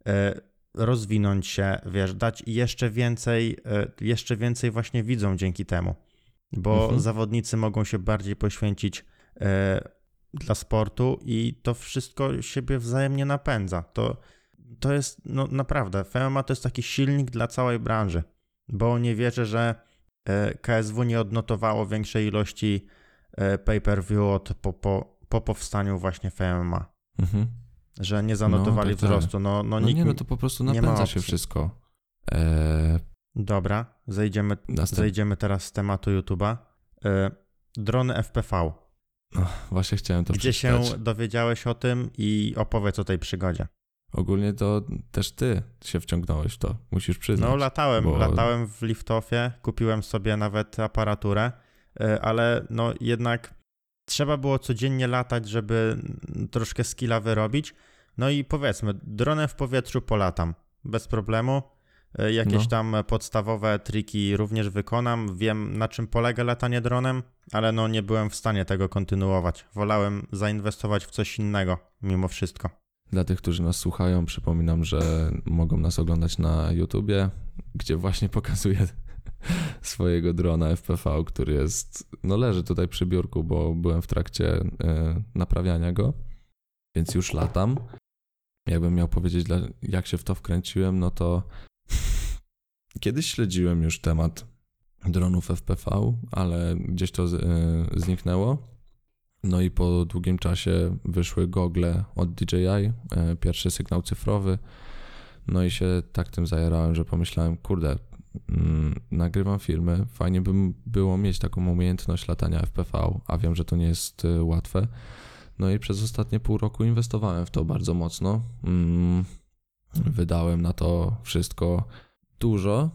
rozwinąć się, wiesz, dać jeszcze więcej, jeszcze więcej właśnie widzom dzięki temu. Bo mhm. zawodnicy mogą się bardziej poświęcić e, dla sportu i to wszystko siebie wzajemnie napędza. To, to jest, no naprawdę, F M M A to jest taki silnik dla całej branży, bo nie wierzę, że e, K S W nie odnotowało większej ilości e, pay-per-view od, po, po, po powstaniu właśnie F M M A. Mhm. Że nie zanotowali no, tak, wzrostu. No, no, no nikt, nie, no to po prostu napędza się wszystko. Eee... Dobra, zejdziemy, zejdziemy teraz z tematu YouTube'a. Yy, drony F P V. No, właśnie chciałem to Gdzie przeczytać. się dowiedziałeś o tym i opowiedz o tej przygodzie. Ogólnie to też ty się wciągnąłeś w to, musisz przyznać. No latałem, bo... latałem w liftoffie, kupiłem sobie nawet aparaturę, yy, ale no jednak trzeba było codziennie latać, żeby troszkę skilla wyrobić. No i powiedzmy, dronem w powietrzu polatam, bez problemu. Jakieś no. tam podstawowe triki również wykonam. Wiem, na czym polega latanie dronem, ale no nie byłem w stanie tego kontynuować. Wolałem zainwestować w coś innego mimo wszystko. Dla tych, którzy nas słuchają, przypominam, że mogą nas oglądać na YouTubie, gdzie właśnie pokazuję swojego drona F P V, który jest, no leży tutaj przy biurku, bo byłem w trakcie y, naprawiania go, więc już latam. Jakbym miał powiedzieć, jak się w to wkręciłem, no to kiedyś śledziłem już temat dronów F P V, ale gdzieś to z, y, zniknęło. No i po długim czasie wyszły gogle od D J I, y, pierwszy sygnał cyfrowy. No i się tak tym zajarałem, że pomyślałem, kurde, y, nagrywam filmy, fajnie by było mieć taką umiejętność latania F P V, a wiem, że to nie jest y, łatwe. No i przez ostatnie pół roku inwestowałem w to bardzo mocno. Mm, wydałem na to wszystko dużo.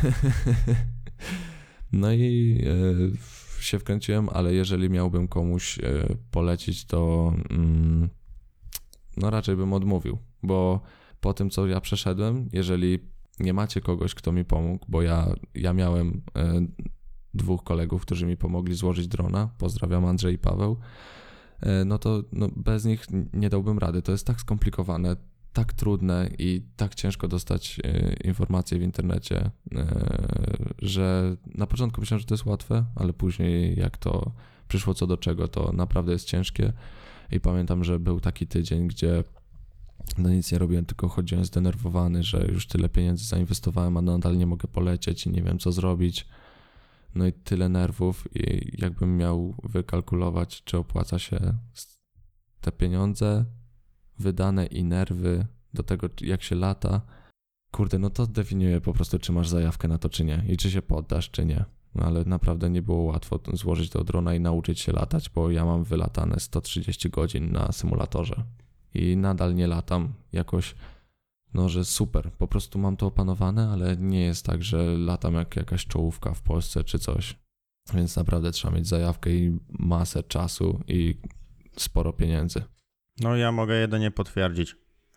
No i e, się wkręciłem, ale jeżeli miałbym komuś e, polecić, to mm, no raczej bym odmówił, bo po tym, co ja przeszedłem, jeżeli nie macie kogoś, kto mi pomógł, bo ja, ja miałem e, dwóch kolegów, którzy mi pomogli złożyć drona, pozdrawiam, Andrzej i Paweł, e, no to no, bez nich nie dałbym rady. To jest tak skomplikowane, tak trudne i tak ciężko dostać e, informacje w internecie, e, że na początku myślałem, że to jest łatwe, ale później jak to przyszło co do czego, to naprawdę jest ciężkie. I pamiętam, że był taki tydzień, gdzie no nic nie robiłem, tylko chodziłem zdenerwowany, że już tyle pieniędzy zainwestowałem, a nadal nie mogę polecieć i nie wiem co zrobić. No i tyle nerwów i jakbym miał wykalkulować, czy opłaca się te pieniądze wydane i nerwy do tego, jak się lata, kurde, no to definiuje po prostu, czy masz zajawkę na to, czy nie i czy się poddasz, czy nie. No ale naprawdę nie było łatwo złożyć do drona i nauczyć się latać, bo ja mam wylatane sto trzydzieści godzin na symulatorze i nadal nie latam jakoś, no że super, po prostu mam to opanowane, ale nie jest tak, że latam jak jakaś czołówka w Polsce czy coś, więc naprawdę trzeba mieć zajawkę i masę czasu i sporo pieniędzy. No ja mogę jedynie potwierdzić.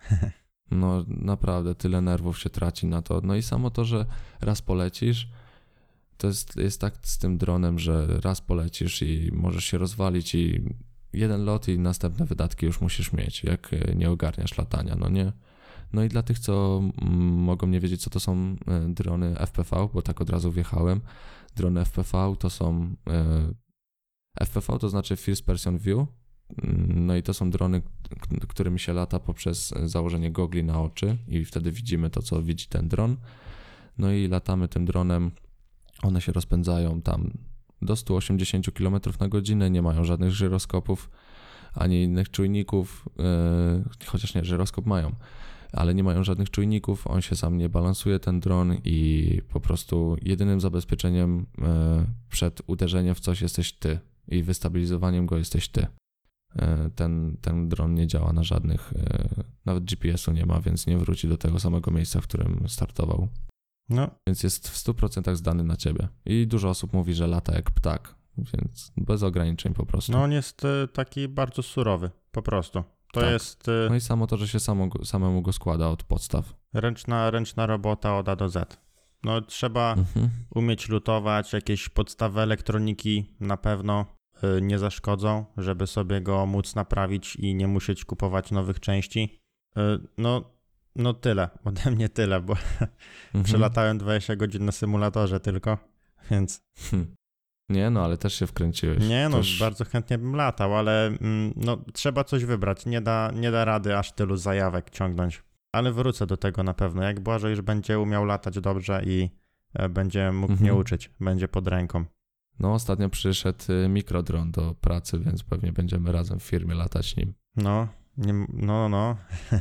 No naprawdę tyle nerwów się traci na to, no i samo to, że raz polecisz, to jest, jest tak z tym dronem, że raz polecisz i możesz się rozwalić i jeden lot i następne wydatki już musisz mieć, jak nie ogarniasz latania, no nie? No i dla tych, co m, mogą nie wiedzieć, co to są e, drony F P V, bo tak od razu wjechałem, drony F P V to są, e, F P V to znaczy First Person View, no i to są drony, k- którymi się lata poprzez założenie gogli na oczy i wtedy widzimy to, co widzi ten dron, no i latamy tym dronem. One się rozpędzają tam do stu osiemdziesięciu kilometrów na godzinę, nie mają żadnych żyroskopów ani innych czujników, yy, chociaż nie, żyroskop mają, ale nie mają żadnych czujników, on się sam nie balansuje, ten dron, i po prostu jedynym zabezpieczeniem yy, przed uderzeniem w coś jesteś ty i wystabilizowaniem go jesteś ty. Yy, ten, ten dron nie działa na żadnych, yy, nawet G P S u nie ma, więc nie wróci do tego samego miejsca, w którym startował. No. Więc jest w stu procentach zdany na ciebie. I dużo osób mówi, że lata jak ptak, więc bez ograniczeń po prostu. No on jest y, taki bardzo surowy, po prostu. To Tak. jest y, No i samo to, że się samo, samemu go składa od podstaw. ręczna, ręczna robota od A do Z. No trzeba Mhm. umieć lutować, jakieś podstawy elektroniki na pewno y, nie zaszkodzą, żeby sobie go móc naprawić i nie musieć kupować nowych części. Y, no, no tyle, ode mnie tyle, bo Mhm. przelatałem dwadzieścia godzin na symulatorze tylko, więc Hm. Nie, no ale też się wkręciłeś. nie no, Też... bardzo chętnie bym latał, ale mm, no trzeba coś wybrać, nie da, nie da rady aż tylu zajawek ciągnąć. Ale wrócę do tego na pewno, jak Błażej już będzie umiał latać dobrze i e, będzie mógł Mhm. mnie uczyć, będzie pod ręką. No ostatnio przyszedł y, mikrodron do pracy, więc pewnie będziemy razem w firmie latać nim. No, nie, no, no,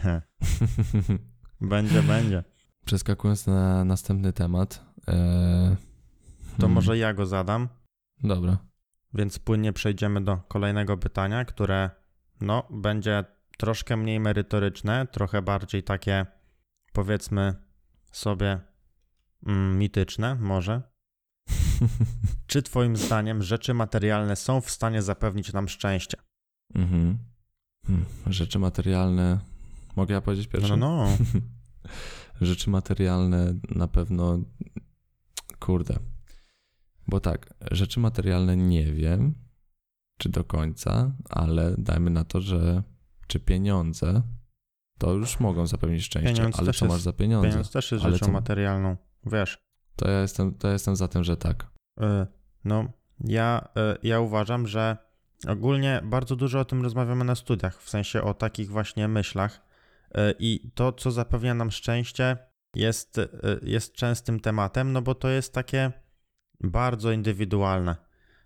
będzie, będzie. Przeskakując na następny temat. E... To hmm, może ja go zadam, Dobra. więc płynnie przejdziemy do kolejnego pytania, które no będzie troszkę mniej merytoryczne, trochę bardziej takie, powiedzmy sobie, mm, mityczne może. Czy twoim zdaniem rzeczy materialne są w stanie zapewnić nam szczęście? Mhm. Hmm. Rzeczy materialne. Mogę ja powiedzieć pierwszy? No, no. Rzeczy materialne na pewno. Kurde. Bo tak, rzeczy materialne nie wiem, czy do końca, ale dajmy na to, że czy pieniądze to już mogą zapewnić szczęście. Pieniądz ale też co jest- masz za pieniądze? Pieniądz też jest Ale rzeczą co- materialną, wiesz. To ja jestem, to ja jestem za tym, że tak. Y, No, ja, y, ja uważam, że ogólnie bardzo dużo o tym rozmawiamy na studiach, w sensie o takich właśnie myślach. Y, I to, co zapewnia nam szczęście, jest, y, jest częstym tematem, no bo to jest takie bardzo indywidualne,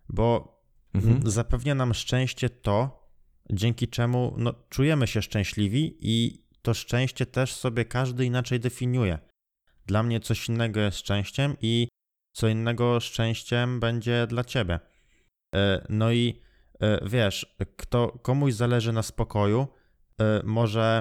bo Mhm. m, zapewnia nam szczęście to, dzięki czemu no, czujemy się szczęśliwi i to szczęście też sobie każdy inaczej definiuje. Dla mnie coś innego jest szczęściem i co innego szczęściem będzie dla ciebie. E, No i e, wiesz, kto komuś zależy na spokoju, e, może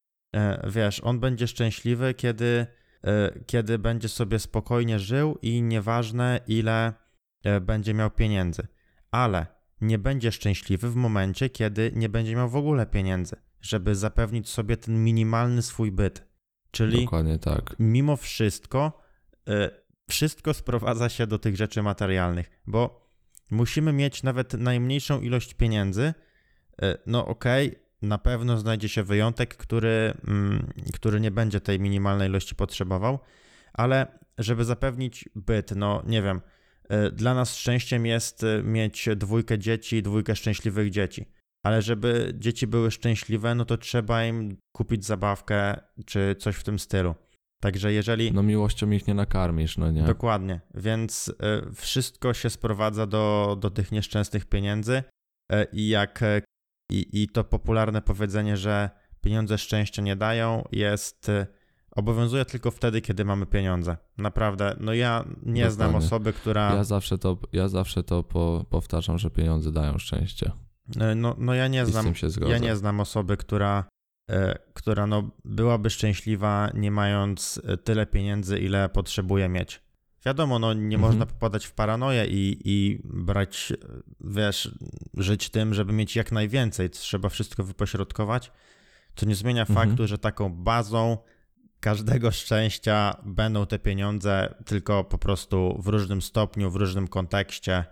e, wiesz, on będzie szczęśliwy, kiedy, e, kiedy będzie sobie spokojnie żył i nieważne ile e, będzie miał pieniędzy. Ale nie będzie szczęśliwy w momencie, kiedy nie będzie miał w ogóle pieniędzy, żeby zapewnić sobie ten minimalny swój byt. Czyli Dokładnie tak. mimo wszystko y, wszystko sprowadza się do tych rzeczy materialnych, bo musimy mieć nawet najmniejszą ilość pieniędzy. Y, no okej, na pewno znajdzie się wyjątek, który, mm, który nie będzie tej minimalnej ilości potrzebował, ale żeby zapewnić byt, no nie wiem, y, dla nas szczęściem jest y, mieć dwójkę dzieci, dwójkę szczęśliwych dzieci. Ale żeby dzieci były szczęśliwe, no to trzeba im kupić zabawkę czy coś w tym stylu. Także jeżeli... No miłością ich nie nakarmisz, no nie? Dokładnie, więc y, wszystko się sprowadza do, do tych nieszczęsnych pieniędzy y, i jak y, i, i to popularne powiedzenie, że pieniądze szczęścia nie dają, jest y, obowiązuje tylko wtedy, kiedy mamy pieniądze. Naprawdę, no ja nie znam Dokładnie. osoby, która... Ja zawsze to, ja zawsze to po, powtarzam, że pieniądze dają szczęście. y, No, no ja nie I z znam... tym się zgodzę. Ja nie znam osoby, która, e, która no, byłaby szczęśliwa, nie mając tyle pieniędzy, ile potrzebuje mieć. Wiadomo, no nie Mhm. można popadać w paranoję i, i brać, wiesz, żyć tym, żeby mieć jak najwięcej. Trzeba wszystko wypośrodkować. To nie zmienia Mhm. faktu, że taką bazą każdego szczęścia będą te pieniądze, tylko po prostu w różnym stopniu, w różnym kontekście.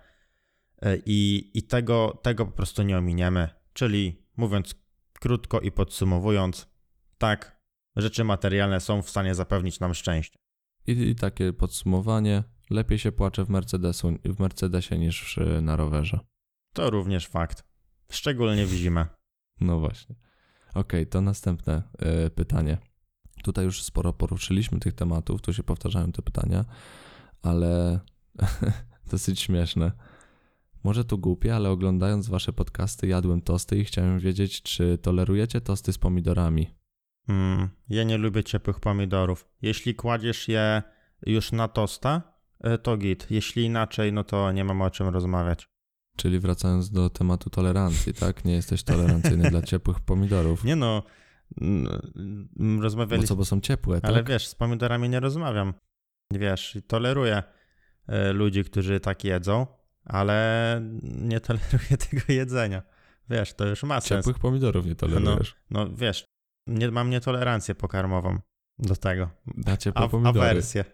I, i tego, tego po prostu nie ominiemy. Czyli mówiąc krótko i podsumowując, tak, rzeczy materialne są w stanie zapewnić nam szczęście. I, I takie podsumowanie. Lepiej się płacze w, Mercedesu, w Mercedesie niż w, na rowerze. To również fakt. Szczególnie w zimę. No właśnie. Okej, to następne y, pytanie. Tutaj już sporo poruszyliśmy tych tematów, tu się powtarzają te pytania, ale dosyć śmieszne. Może to głupie, ale oglądając wasze podcasty jadłem tosty i chciałem wiedzieć, czy tolerujecie tosty z pomidorami. Mm, ja nie lubię ciepłych pomidorów. Jeśli kładziesz je już na tosta, to git. Jeśli inaczej, no to nie mam o czym rozmawiać. Czyli wracając do tematu tolerancji, tak? Nie jesteś tolerancyjny dla ciepłych pomidorów. Nie no, rozmawialiśmy... Bo co, bo są ciepłe, tak? Ale wiesz, z pomidorami nie rozmawiam. Wiesz, toleruję ludzi, którzy tak jedzą, ale nie toleruję tego jedzenia. Wiesz, to już ma sens. Ciepłych pomidorów nie tolerujesz. No, no wiesz, nie, mam nietolerancję pokarmową do tego. Na ciepłe A, pomidory. Awersję.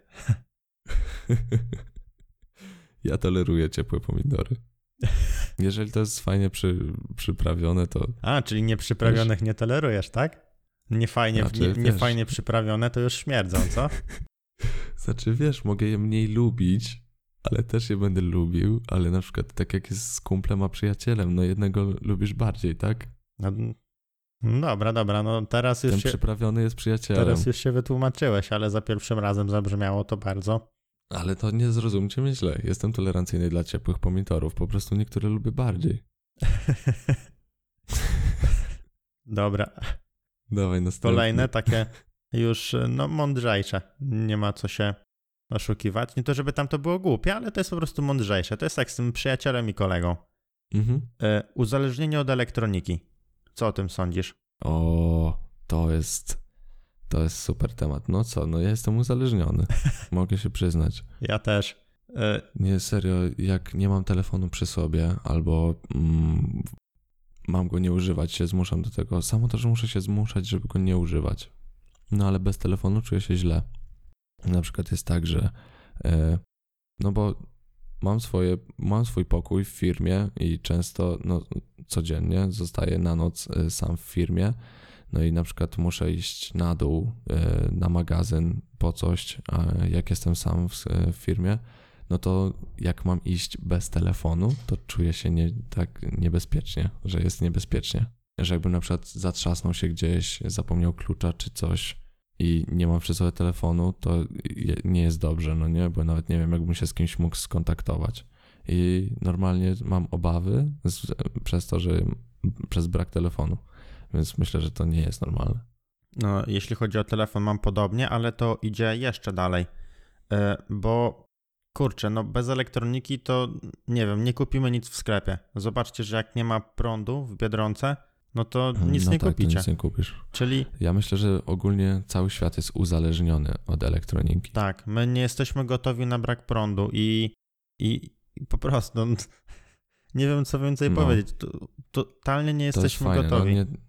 Ja toleruję ciepłe pomidory. Jeżeli to jest fajnie przy, przyprawione, to... A, czyli nieprzyprawionych wiesz, nie tolerujesz, tak? Niefajnie, znaczy, nie, niefajnie przyprawione to już śmierdzą, co? Znaczy, wiesz, mogę je mniej lubić, ale też je będę lubił, ale na przykład tak jak jest z kumplem a przyjacielem, no jednego lubisz bardziej, tak? No, no dobra, dobra, no teraz już Ten się... przyprawiony jest przyjacielem. Teraz już się wytłumaczyłeś, ale za pierwszym razem zabrzmiało to bardzo. Ale to nie zrozumcie mnie źle. Jestem tolerancyjny dla ciepłych pomidorów. Po prostu niektóre lubię bardziej. Dobra. Dawaj następny. Kolejne takie już no mądrzejsze. Nie ma co się oszukiwać. Nie to, żeby tam to było głupie, ale to jest po prostu mądrzejsze. To jest jak z tym przyjacielem i kolegą. Mhm. E, uzależnienie od elektroniki. Co o tym sądzisz? O, to jest... To jest super temat. No co, no ja jestem uzależniony. Mogę się przyznać. Ja też. Y- nie, serio, jak nie mam telefonu przy sobie albo mm, mam go nie używać, się zmuszam do tego. Samo to, że muszę się zmuszać, żeby go nie używać. No ale bez telefonu czuję się źle. Na przykład jest tak, że y- no bo mam swoje, mam swój pokój w firmie i często, no codziennie zostaję na noc y- sam w firmie. No i na przykład muszę iść na dół y, na magazyn po coś, a jak jestem sam w, w firmie, no to jak mam iść bez telefonu, to czuję się nie, tak niebezpiecznie, że jest niebezpiecznie. Że jakbym na przykład zatrzasnął się gdzieś, zapomniał klucza czy coś i nie mam przy sobie telefonu, to nie jest dobrze, no nie, bo nawet nie wiem, jakbym się z kimś mógł skontaktować. I normalnie mam obawy z, przez to, że przez brak telefonu. Więc myślę, że to nie jest normalne. No, jeśli chodzi o telefon, mam podobnie, ale to idzie jeszcze dalej. Yy, bo kurczę, no bez elektroniki to nie wiem, nie kupimy nic w sklepie. Zobaczcie, że jak nie ma prądu w Biedronce, no to nic no nie tak, kupicie. To nic nie kupisz. Czyli... Ja myślę, że ogólnie cały świat jest uzależniony od elektroniki. Tak, my nie jesteśmy gotowi na brak prądu i, i, i po prostu nie wiem, co więcej no. powiedzieć. To, totalnie nie jesteśmy to jest gotowi. No, nie...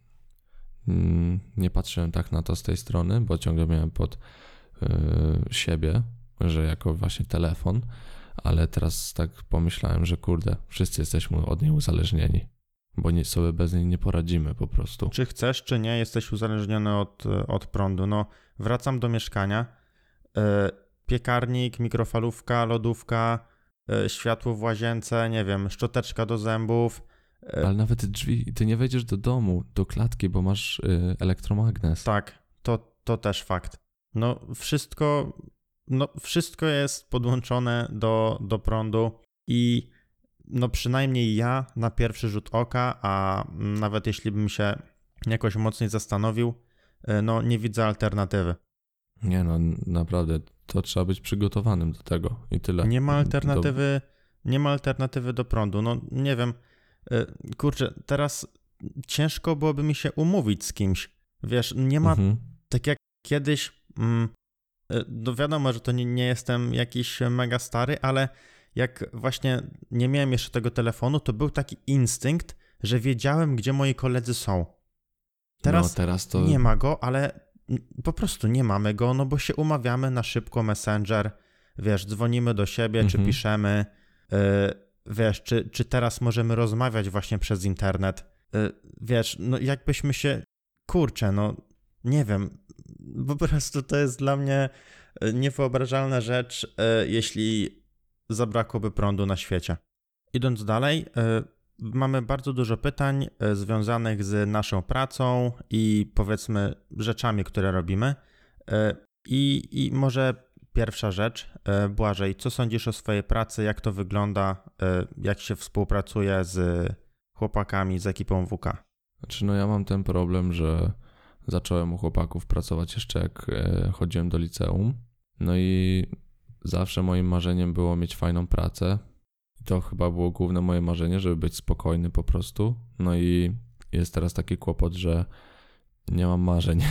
Nie patrzyłem tak na to z tej strony, bo ciągle miałem pod yy, siebie, że jako właśnie telefon, ale teraz tak pomyślałem, że kurde, wszyscy jesteśmy od niej uzależnieni, bo nie, sobie bez niej nie poradzimy po prostu. Czy chcesz, czy nie, jesteś uzależniony od, od prądu. No, wracam do mieszkania, yy, piekarnik, mikrofalówka, lodówka, yy, światło w łazience, nie wiem, szczoteczka do zębów. Ale nawet drzwi, ty nie wejdziesz do domu, do klatki, bo masz y, elektromagnes. Tak, to, to też fakt. No wszystko, no wszystko jest podłączone do, do prądu i no przynajmniej ja na pierwszy rzut oka, a nawet jeśli bym się jakoś mocniej zastanowił, no nie widzę alternatywy. Nie no, naprawdę, to trzeba być przygotowanym do tego i tyle. Nie ma alternatywy, do... nie ma alternatywy do prądu, no nie wiem. Kurczę, teraz ciężko byłoby mi się umówić z kimś. Wiesz, nie ma, mhm. tak jak kiedyś, mm, no wiadomo, że to nie, nie jestem jakiś mega stary, ale jak właśnie nie miałem jeszcze tego telefonu, to był taki instynkt, że wiedziałem, gdzie moi koledzy są. Teraz, no, teraz to... nie ma go, ale po prostu nie mamy go, no bo się umawiamy na szybko Messenger, wiesz, dzwonimy do siebie, mhm. czy piszemy, yy, wiesz, czy, czy teraz możemy rozmawiać właśnie przez internet. Yy, wiesz, no jakbyśmy się, kurczę, no nie wiem, po prostu to jest dla mnie niewyobrażalna rzecz, yy, jeśli zabrakłoby prądu na świecie. Idąc dalej, yy, mamy bardzo dużo pytań yy, związanych z naszą pracą i powiedzmy rzeczami, które robimy. Yy, i, I może pierwsza rzecz. Błażej, co sądzisz o swojej pracy, jak to wygląda, jak się współpracuje z chłopakami, z ekipą W K? Znaczy, no ja mam ten problem, że zacząłem u chłopaków pracować jeszcze jak chodziłem do liceum. No i zawsze moim marzeniem było mieć fajną pracę. I to chyba było główne moje marzenie, żeby być spokojny po prostu. No i jest teraz taki kłopot, że nie mam marzeń.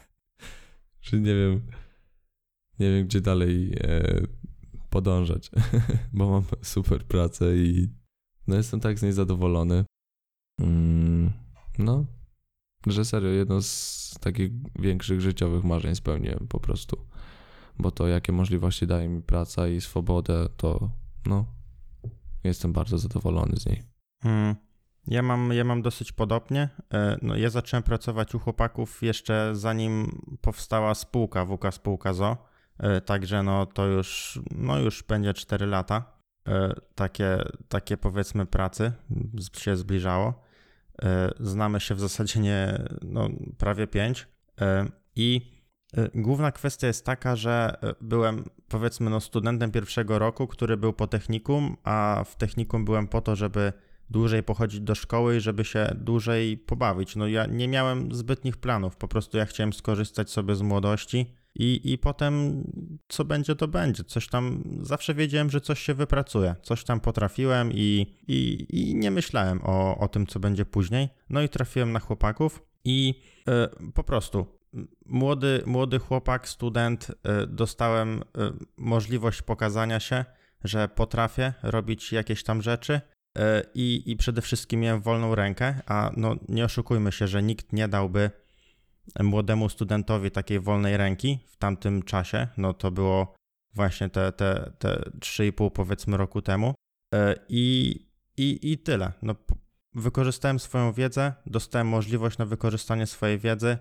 Że nie wiem, nie wiem gdzie dalej e, podążać, bo mam super pracę i no jestem tak z niej zadowolony. Mm, no, że serio, jedno z takich większych życiowych marzeń spełniłem po prostu. Bo to, jakie możliwości daje mi praca i swobodę, to no, jestem bardzo zadowolony z niej. Hmm. Ja mam, ja mam dosyć podobnie. No, ja zacząłem pracować u chłopaków jeszcze zanim powstała spółka, W K Spółka Z O O. Także no to już, no już będzie cztery lata. Takie, takie powiedzmy pracy się zbliżało. Znamy się w zasadzie nie, no, prawie pięć. I główna kwestia jest taka, że byłem powiedzmy no, studentem pierwszego roku, który był po technikum, a w technikum byłem po to, żeby dłużej pochodzić do szkoły i żeby się dłużej pobawić. No ja nie miałem zbytnich planów, po prostu ja chciałem skorzystać sobie z młodości i, i potem co będzie, to będzie. Coś tam, zawsze wiedziałem, że coś się wypracuje, coś tam potrafiłem i, i, i nie myślałem o, o tym, co będzie później. No i trafiłem na chłopaków i y, po prostu młody, młody chłopak, student, y, dostałem y, możliwość pokazania się, że potrafię robić jakieś tam rzeczy. I, I przede wszystkim miałem wolną rękę, a no nie oszukujmy się, że nikt nie dałby młodemu studentowi takiej wolnej ręki w tamtym czasie, no to było właśnie te, te, te trzy i pół powiedzmy roku temu i, i, i tyle. No, wykorzystałem swoją wiedzę, dostałem możliwość na wykorzystanie swojej wiedzy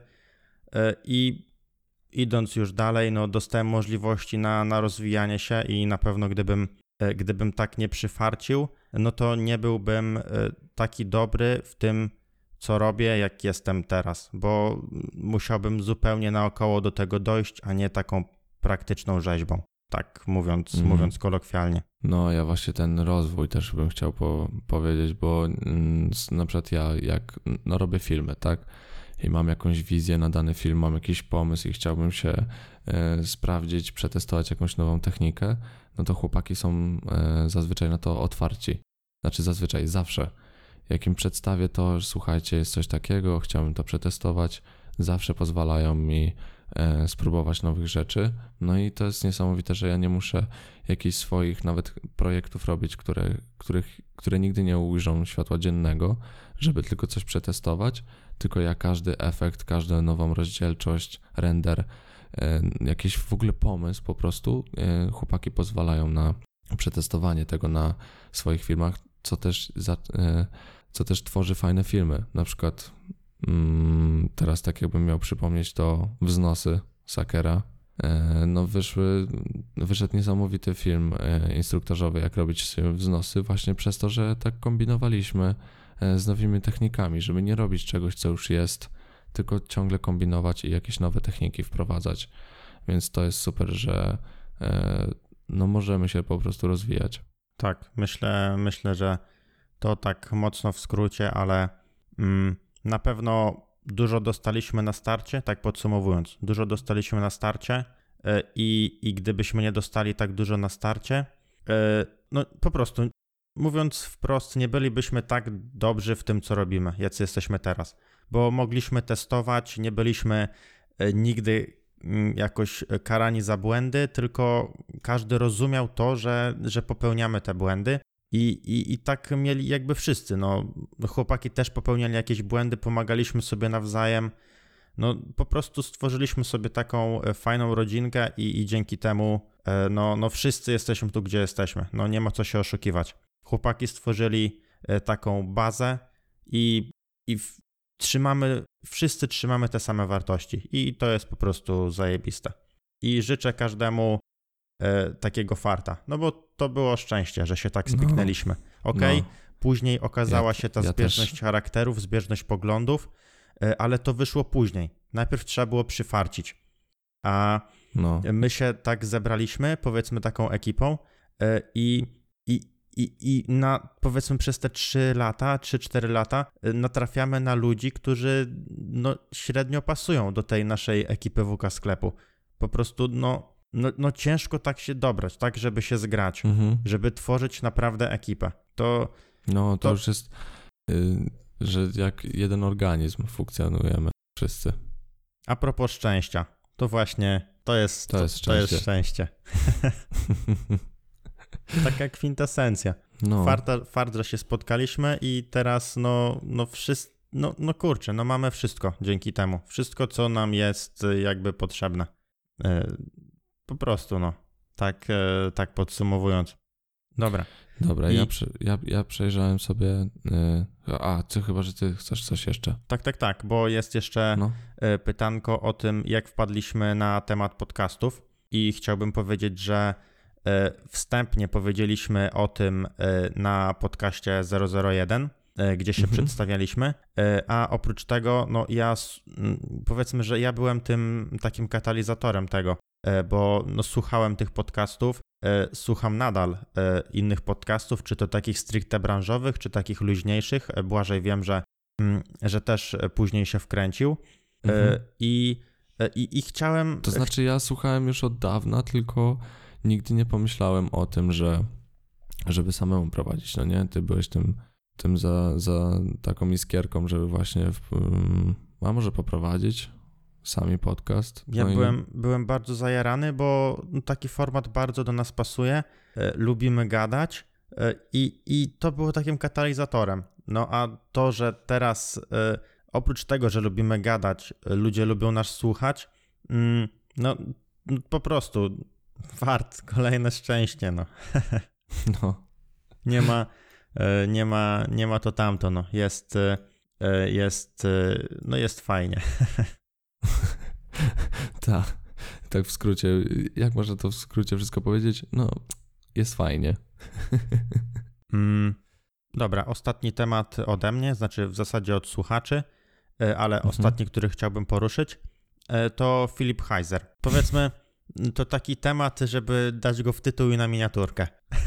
i idąc już dalej, no dostałem możliwości na, na rozwijanie się i na pewno gdybym Gdybym tak nie przyfarcił, no to nie byłbym taki dobry w tym, co robię, jak jestem teraz, bo musiałbym zupełnie naokoło do tego dojść, a nie taką praktyczną rzeźbą, tak mówiąc, mm. mówiąc kolokwialnie. No ja właśnie ten rozwój też bym chciał po, powiedzieć, bo mm, na przykład ja jak no, robię filmy, tak? I mam jakąś wizję na dany film, mam jakiś pomysł i chciałbym się e, sprawdzić, przetestować jakąś nową technikę, no to chłopaki są e, zazwyczaj na to otwarci. Znaczy zazwyczaj, zawsze. Jak im przedstawię to, że słuchajcie, jest coś takiego, chciałbym to przetestować, zawsze pozwalają mi e, spróbować nowych rzeczy. No i to jest niesamowite, że ja nie muszę jakichś swoich nawet projektów robić, które, których, które nigdy nie ujrzą światła dziennego, żeby tylko coś przetestować, tylko ja każdy efekt, każdą nową rozdzielczość, render, e, jakiś w ogóle pomysł po prostu e, chłopaki pozwalają na przetestowanie tego na swoich filmach, co też, za, e, co też tworzy fajne filmy. Na przykład mm, teraz tak jakbym miał przypomnieć to Wznosy Sakera. E, no wyszły, wyszedł niesamowity film e, instruktażowy, jak robić wznosy właśnie przez to, że tak kombinowaliśmy z nowymi technikami, żeby nie robić czegoś, co już jest, tylko ciągle kombinować i jakieś nowe techniki wprowadzać. Więc to jest super, że e, no możemy się po prostu rozwijać. Tak, myślę, myślę, że to tak mocno w skrócie, ale mm, na pewno dużo dostaliśmy na starcie, tak podsumowując, dużo dostaliśmy na starcie yy, i, i gdybyśmy nie dostali tak dużo na starcie, yy, no po prostu mówiąc wprost, nie bylibyśmy tak dobrzy w tym, co robimy, jacy jesteśmy teraz, bo mogliśmy testować, nie byliśmy nigdy jakoś karani za błędy, tylko każdy rozumiał to, że, że popełniamy te błędy i, i, i tak mieli jakby wszyscy, no chłopaki też popełniali jakieś błędy, pomagaliśmy sobie nawzajem, no po prostu stworzyliśmy sobie taką fajną rodzinkę i, i dzięki temu no, no wszyscy jesteśmy tu, gdzie jesteśmy, no nie ma co się oszukiwać. Chłopaki stworzyli taką bazę i, i w, trzymamy, wszyscy trzymamy te same wartości i to jest po prostu zajebiste. I życzę każdemu e, takiego farta, no bo to było szczęście, że się tak spiknęliśmy. Okej, okay, no. Później okazała ja, się ta ja zbieżność też. charakterów, zbieżność poglądów, e, ale to wyszło później. Najpierw trzeba było przyfarcić. A No. My się tak zebraliśmy, powiedzmy taką ekipą e, i, i, i, i na, powiedzmy przez te trzy lata, trzy cztery lata e, natrafiamy na ludzi, którzy no, średnio pasują do tej naszej ekipy W K sklepu. Po prostu no, no, no ciężko tak się dobrać, tak żeby się zgrać, Mhm. żeby tworzyć naprawdę ekipę. To, No to, to... już jest, y, że jak jeden organizm funkcjonujemy wszyscy. A propos szczęścia, to właśnie to jest, To to, jest to szczęście. jest szczęście. Taka kwintesencja. No. Fart, fart, że się spotkaliśmy i teraz no, no, wszyscy, no, no kurczę, no mamy wszystko dzięki temu. Wszystko, co nam jest jakby potrzebne. Po prostu, no. Tak, tak podsumowując. Dobra. Dobra, I... ja, prze, ja, ja przejrzałem sobie... Y, a, ty chyba, że ty chcesz coś jeszcze. Tak, tak, tak, bo jest jeszcze no. pytanko o tym, jak wpadliśmy na temat podcastów i chciałbym powiedzieć, że wstępnie powiedzieliśmy o tym na podcaście zero zero jeden, gdzie się mhm. przedstawialiśmy, a oprócz tego, no ja powiedzmy, że ja byłem tym takim katalizatorem tego, bo no, słuchałem tych podcastów, słucham nadal innych podcastów, czy to takich stricte branżowych, czy takich luźniejszych. Błażej wiem, że, że też później się wkręcił mhm. i, i, i chciałem... To znaczy ja słuchałem już od dawna, tylko nigdy nie pomyślałem o tym, że żeby samemu prowadzić, no nie? Ty byłeś tym, tym za, za taką iskierką, żeby właśnie w, a może poprowadzić sami podcast. Ja no byłem, i... byłem bardzo zajarany, bo taki format bardzo do nas pasuje, e, lubimy gadać e, i, i to było takim katalizatorem. No a to, że teraz e, oprócz tego, że lubimy gadać, ludzie lubią nas słuchać, mm, no po prostu wart, kolejne szczęście, no. no. Nie ma, e, nie ma, nie ma to tamto, no. Jest, e, jest, e, no jest fajnie. Tak, tak w skrócie. Jak można to w skrócie wszystko powiedzieć? No, jest fajnie. mm, dobra, ostatni temat ode mnie, znaczy w zasadzie od słuchaczy, ale mhm. ostatni, który chciałbym poruszyć, to Filip Heiser. Powiedzmy, to taki temat, żeby dać go w tytuł i na miniaturkę.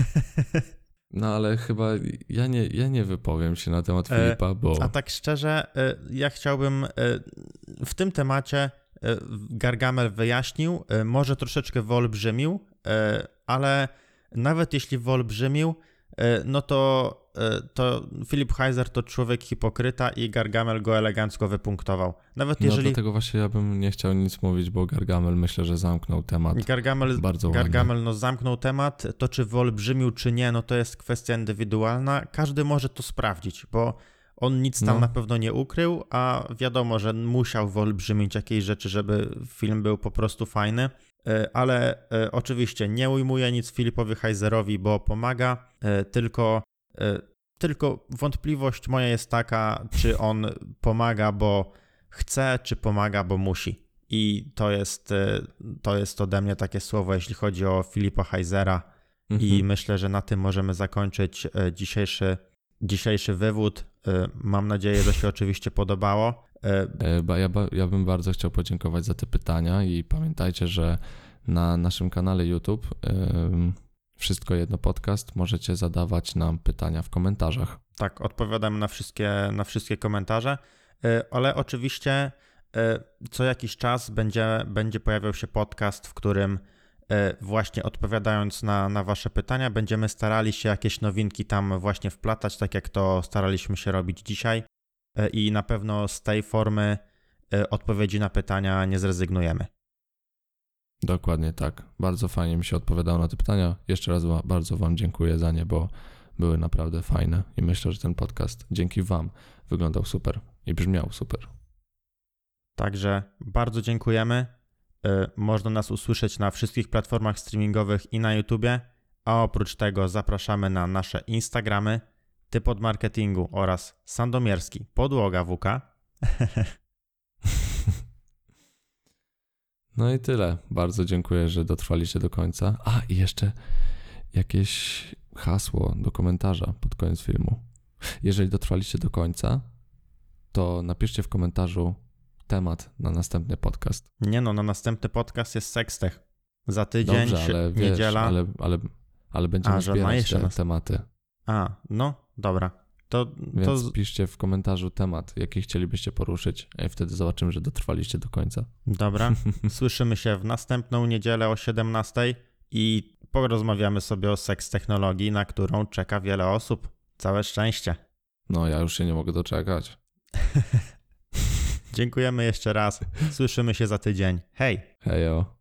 No ale chyba ja nie, ja nie wypowiem się na temat Filipa, bo... A tak szczerze, ja chciałbym w tym temacie Gargamel wyjaśnił, może troszeczkę wyolbrzymił, ale nawet jeśli wyolbrzymił, no to, to Filip Heiser to człowiek hipokryta i Gargamel go elegancko wypunktował. Nawet jeżeli... No dlatego właśnie ja bym nie chciał nic mówić, bo Gargamel myślę, że zamknął temat Gargamel, bardzo Gargamel no zamknął temat, to czy wyolbrzymił czy nie, no to jest kwestia indywidualna. Każdy może to sprawdzić, bo on nic tam no. na pewno nie ukrył, a wiadomo, że musiał wyolbrzymić jakieś rzeczy, żeby film był po prostu fajny. Ale oczywiście nie ujmuję nic Filipowi Heiserowi, bo pomaga, tylko, tylko wątpliwość moja jest taka, czy on pomaga, bo chce, czy pomaga, bo musi. I to jest, to jest ode mnie takie słowo, jeśli chodzi o Filipa Heisera. Mhm. I myślę, że na tym możemy zakończyć dzisiejszy, dzisiejszy wywód. Mam nadzieję, że się oczywiście podobało. Ja, ja bym bardzo chciał podziękować za te pytania i pamiętajcie, że na naszym kanale YouTube yy, Wszystko Jedno Podcast możecie zadawać nam pytania w komentarzach. Tak, odpowiadam na wszystkie, na wszystkie komentarze, yy, ale oczywiście yy, co jakiś czas będzie, będzie pojawiał się podcast, w którym yy, właśnie odpowiadając na, na wasze pytania będziemy starali się jakieś nowinki tam właśnie wplatać, tak jak to staraliśmy się robić dzisiaj. I na pewno z tej formy odpowiedzi na pytania nie zrezygnujemy. Dokładnie tak. Bardzo fajnie mi się odpowiadało na te pytania. Jeszcze raz bardzo wam dziękuję za nie, bo były naprawdę fajne i myślę, że ten podcast dzięki wam wyglądał super i brzmiał super. Także bardzo dziękujemy. Można nas usłyszeć na wszystkich platformach streamingowych i na YouTubie, a oprócz tego zapraszamy na nasze Instagramy, Typ od Marketingu oraz Sandomierski, Podłoga W K. No i tyle. Bardzo dziękuję, że dotrwaliście do końca. A, i jeszcze jakieś hasło do komentarza pod koniec filmu. Jeżeli dotrwaliście do końca, to napiszcie w komentarzu temat na następny podcast. Nie no, na następny podcast jest Sekstech. Za tydzień, Dobrze, ale wiesz, niedziela. ale, ale, ale będziemy A, że ma zbierać jeszcze te nas- tematy. A, no, dobra. To, Więc to z- piszcie w komentarzu temat, jaki chcielibyście poruszyć, i wtedy zobaczymy, że dotrwaliście do końca. dobra. Słyszymy się w następną niedzielę o siedemnastej i porozmawiamy sobie o seks technologii, na którą czeka wiele osób. Całe szczęście. No, ja już się nie mogę doczekać. Dziękujemy jeszcze raz. Słyszymy się za tydzień. Hej! Hejo.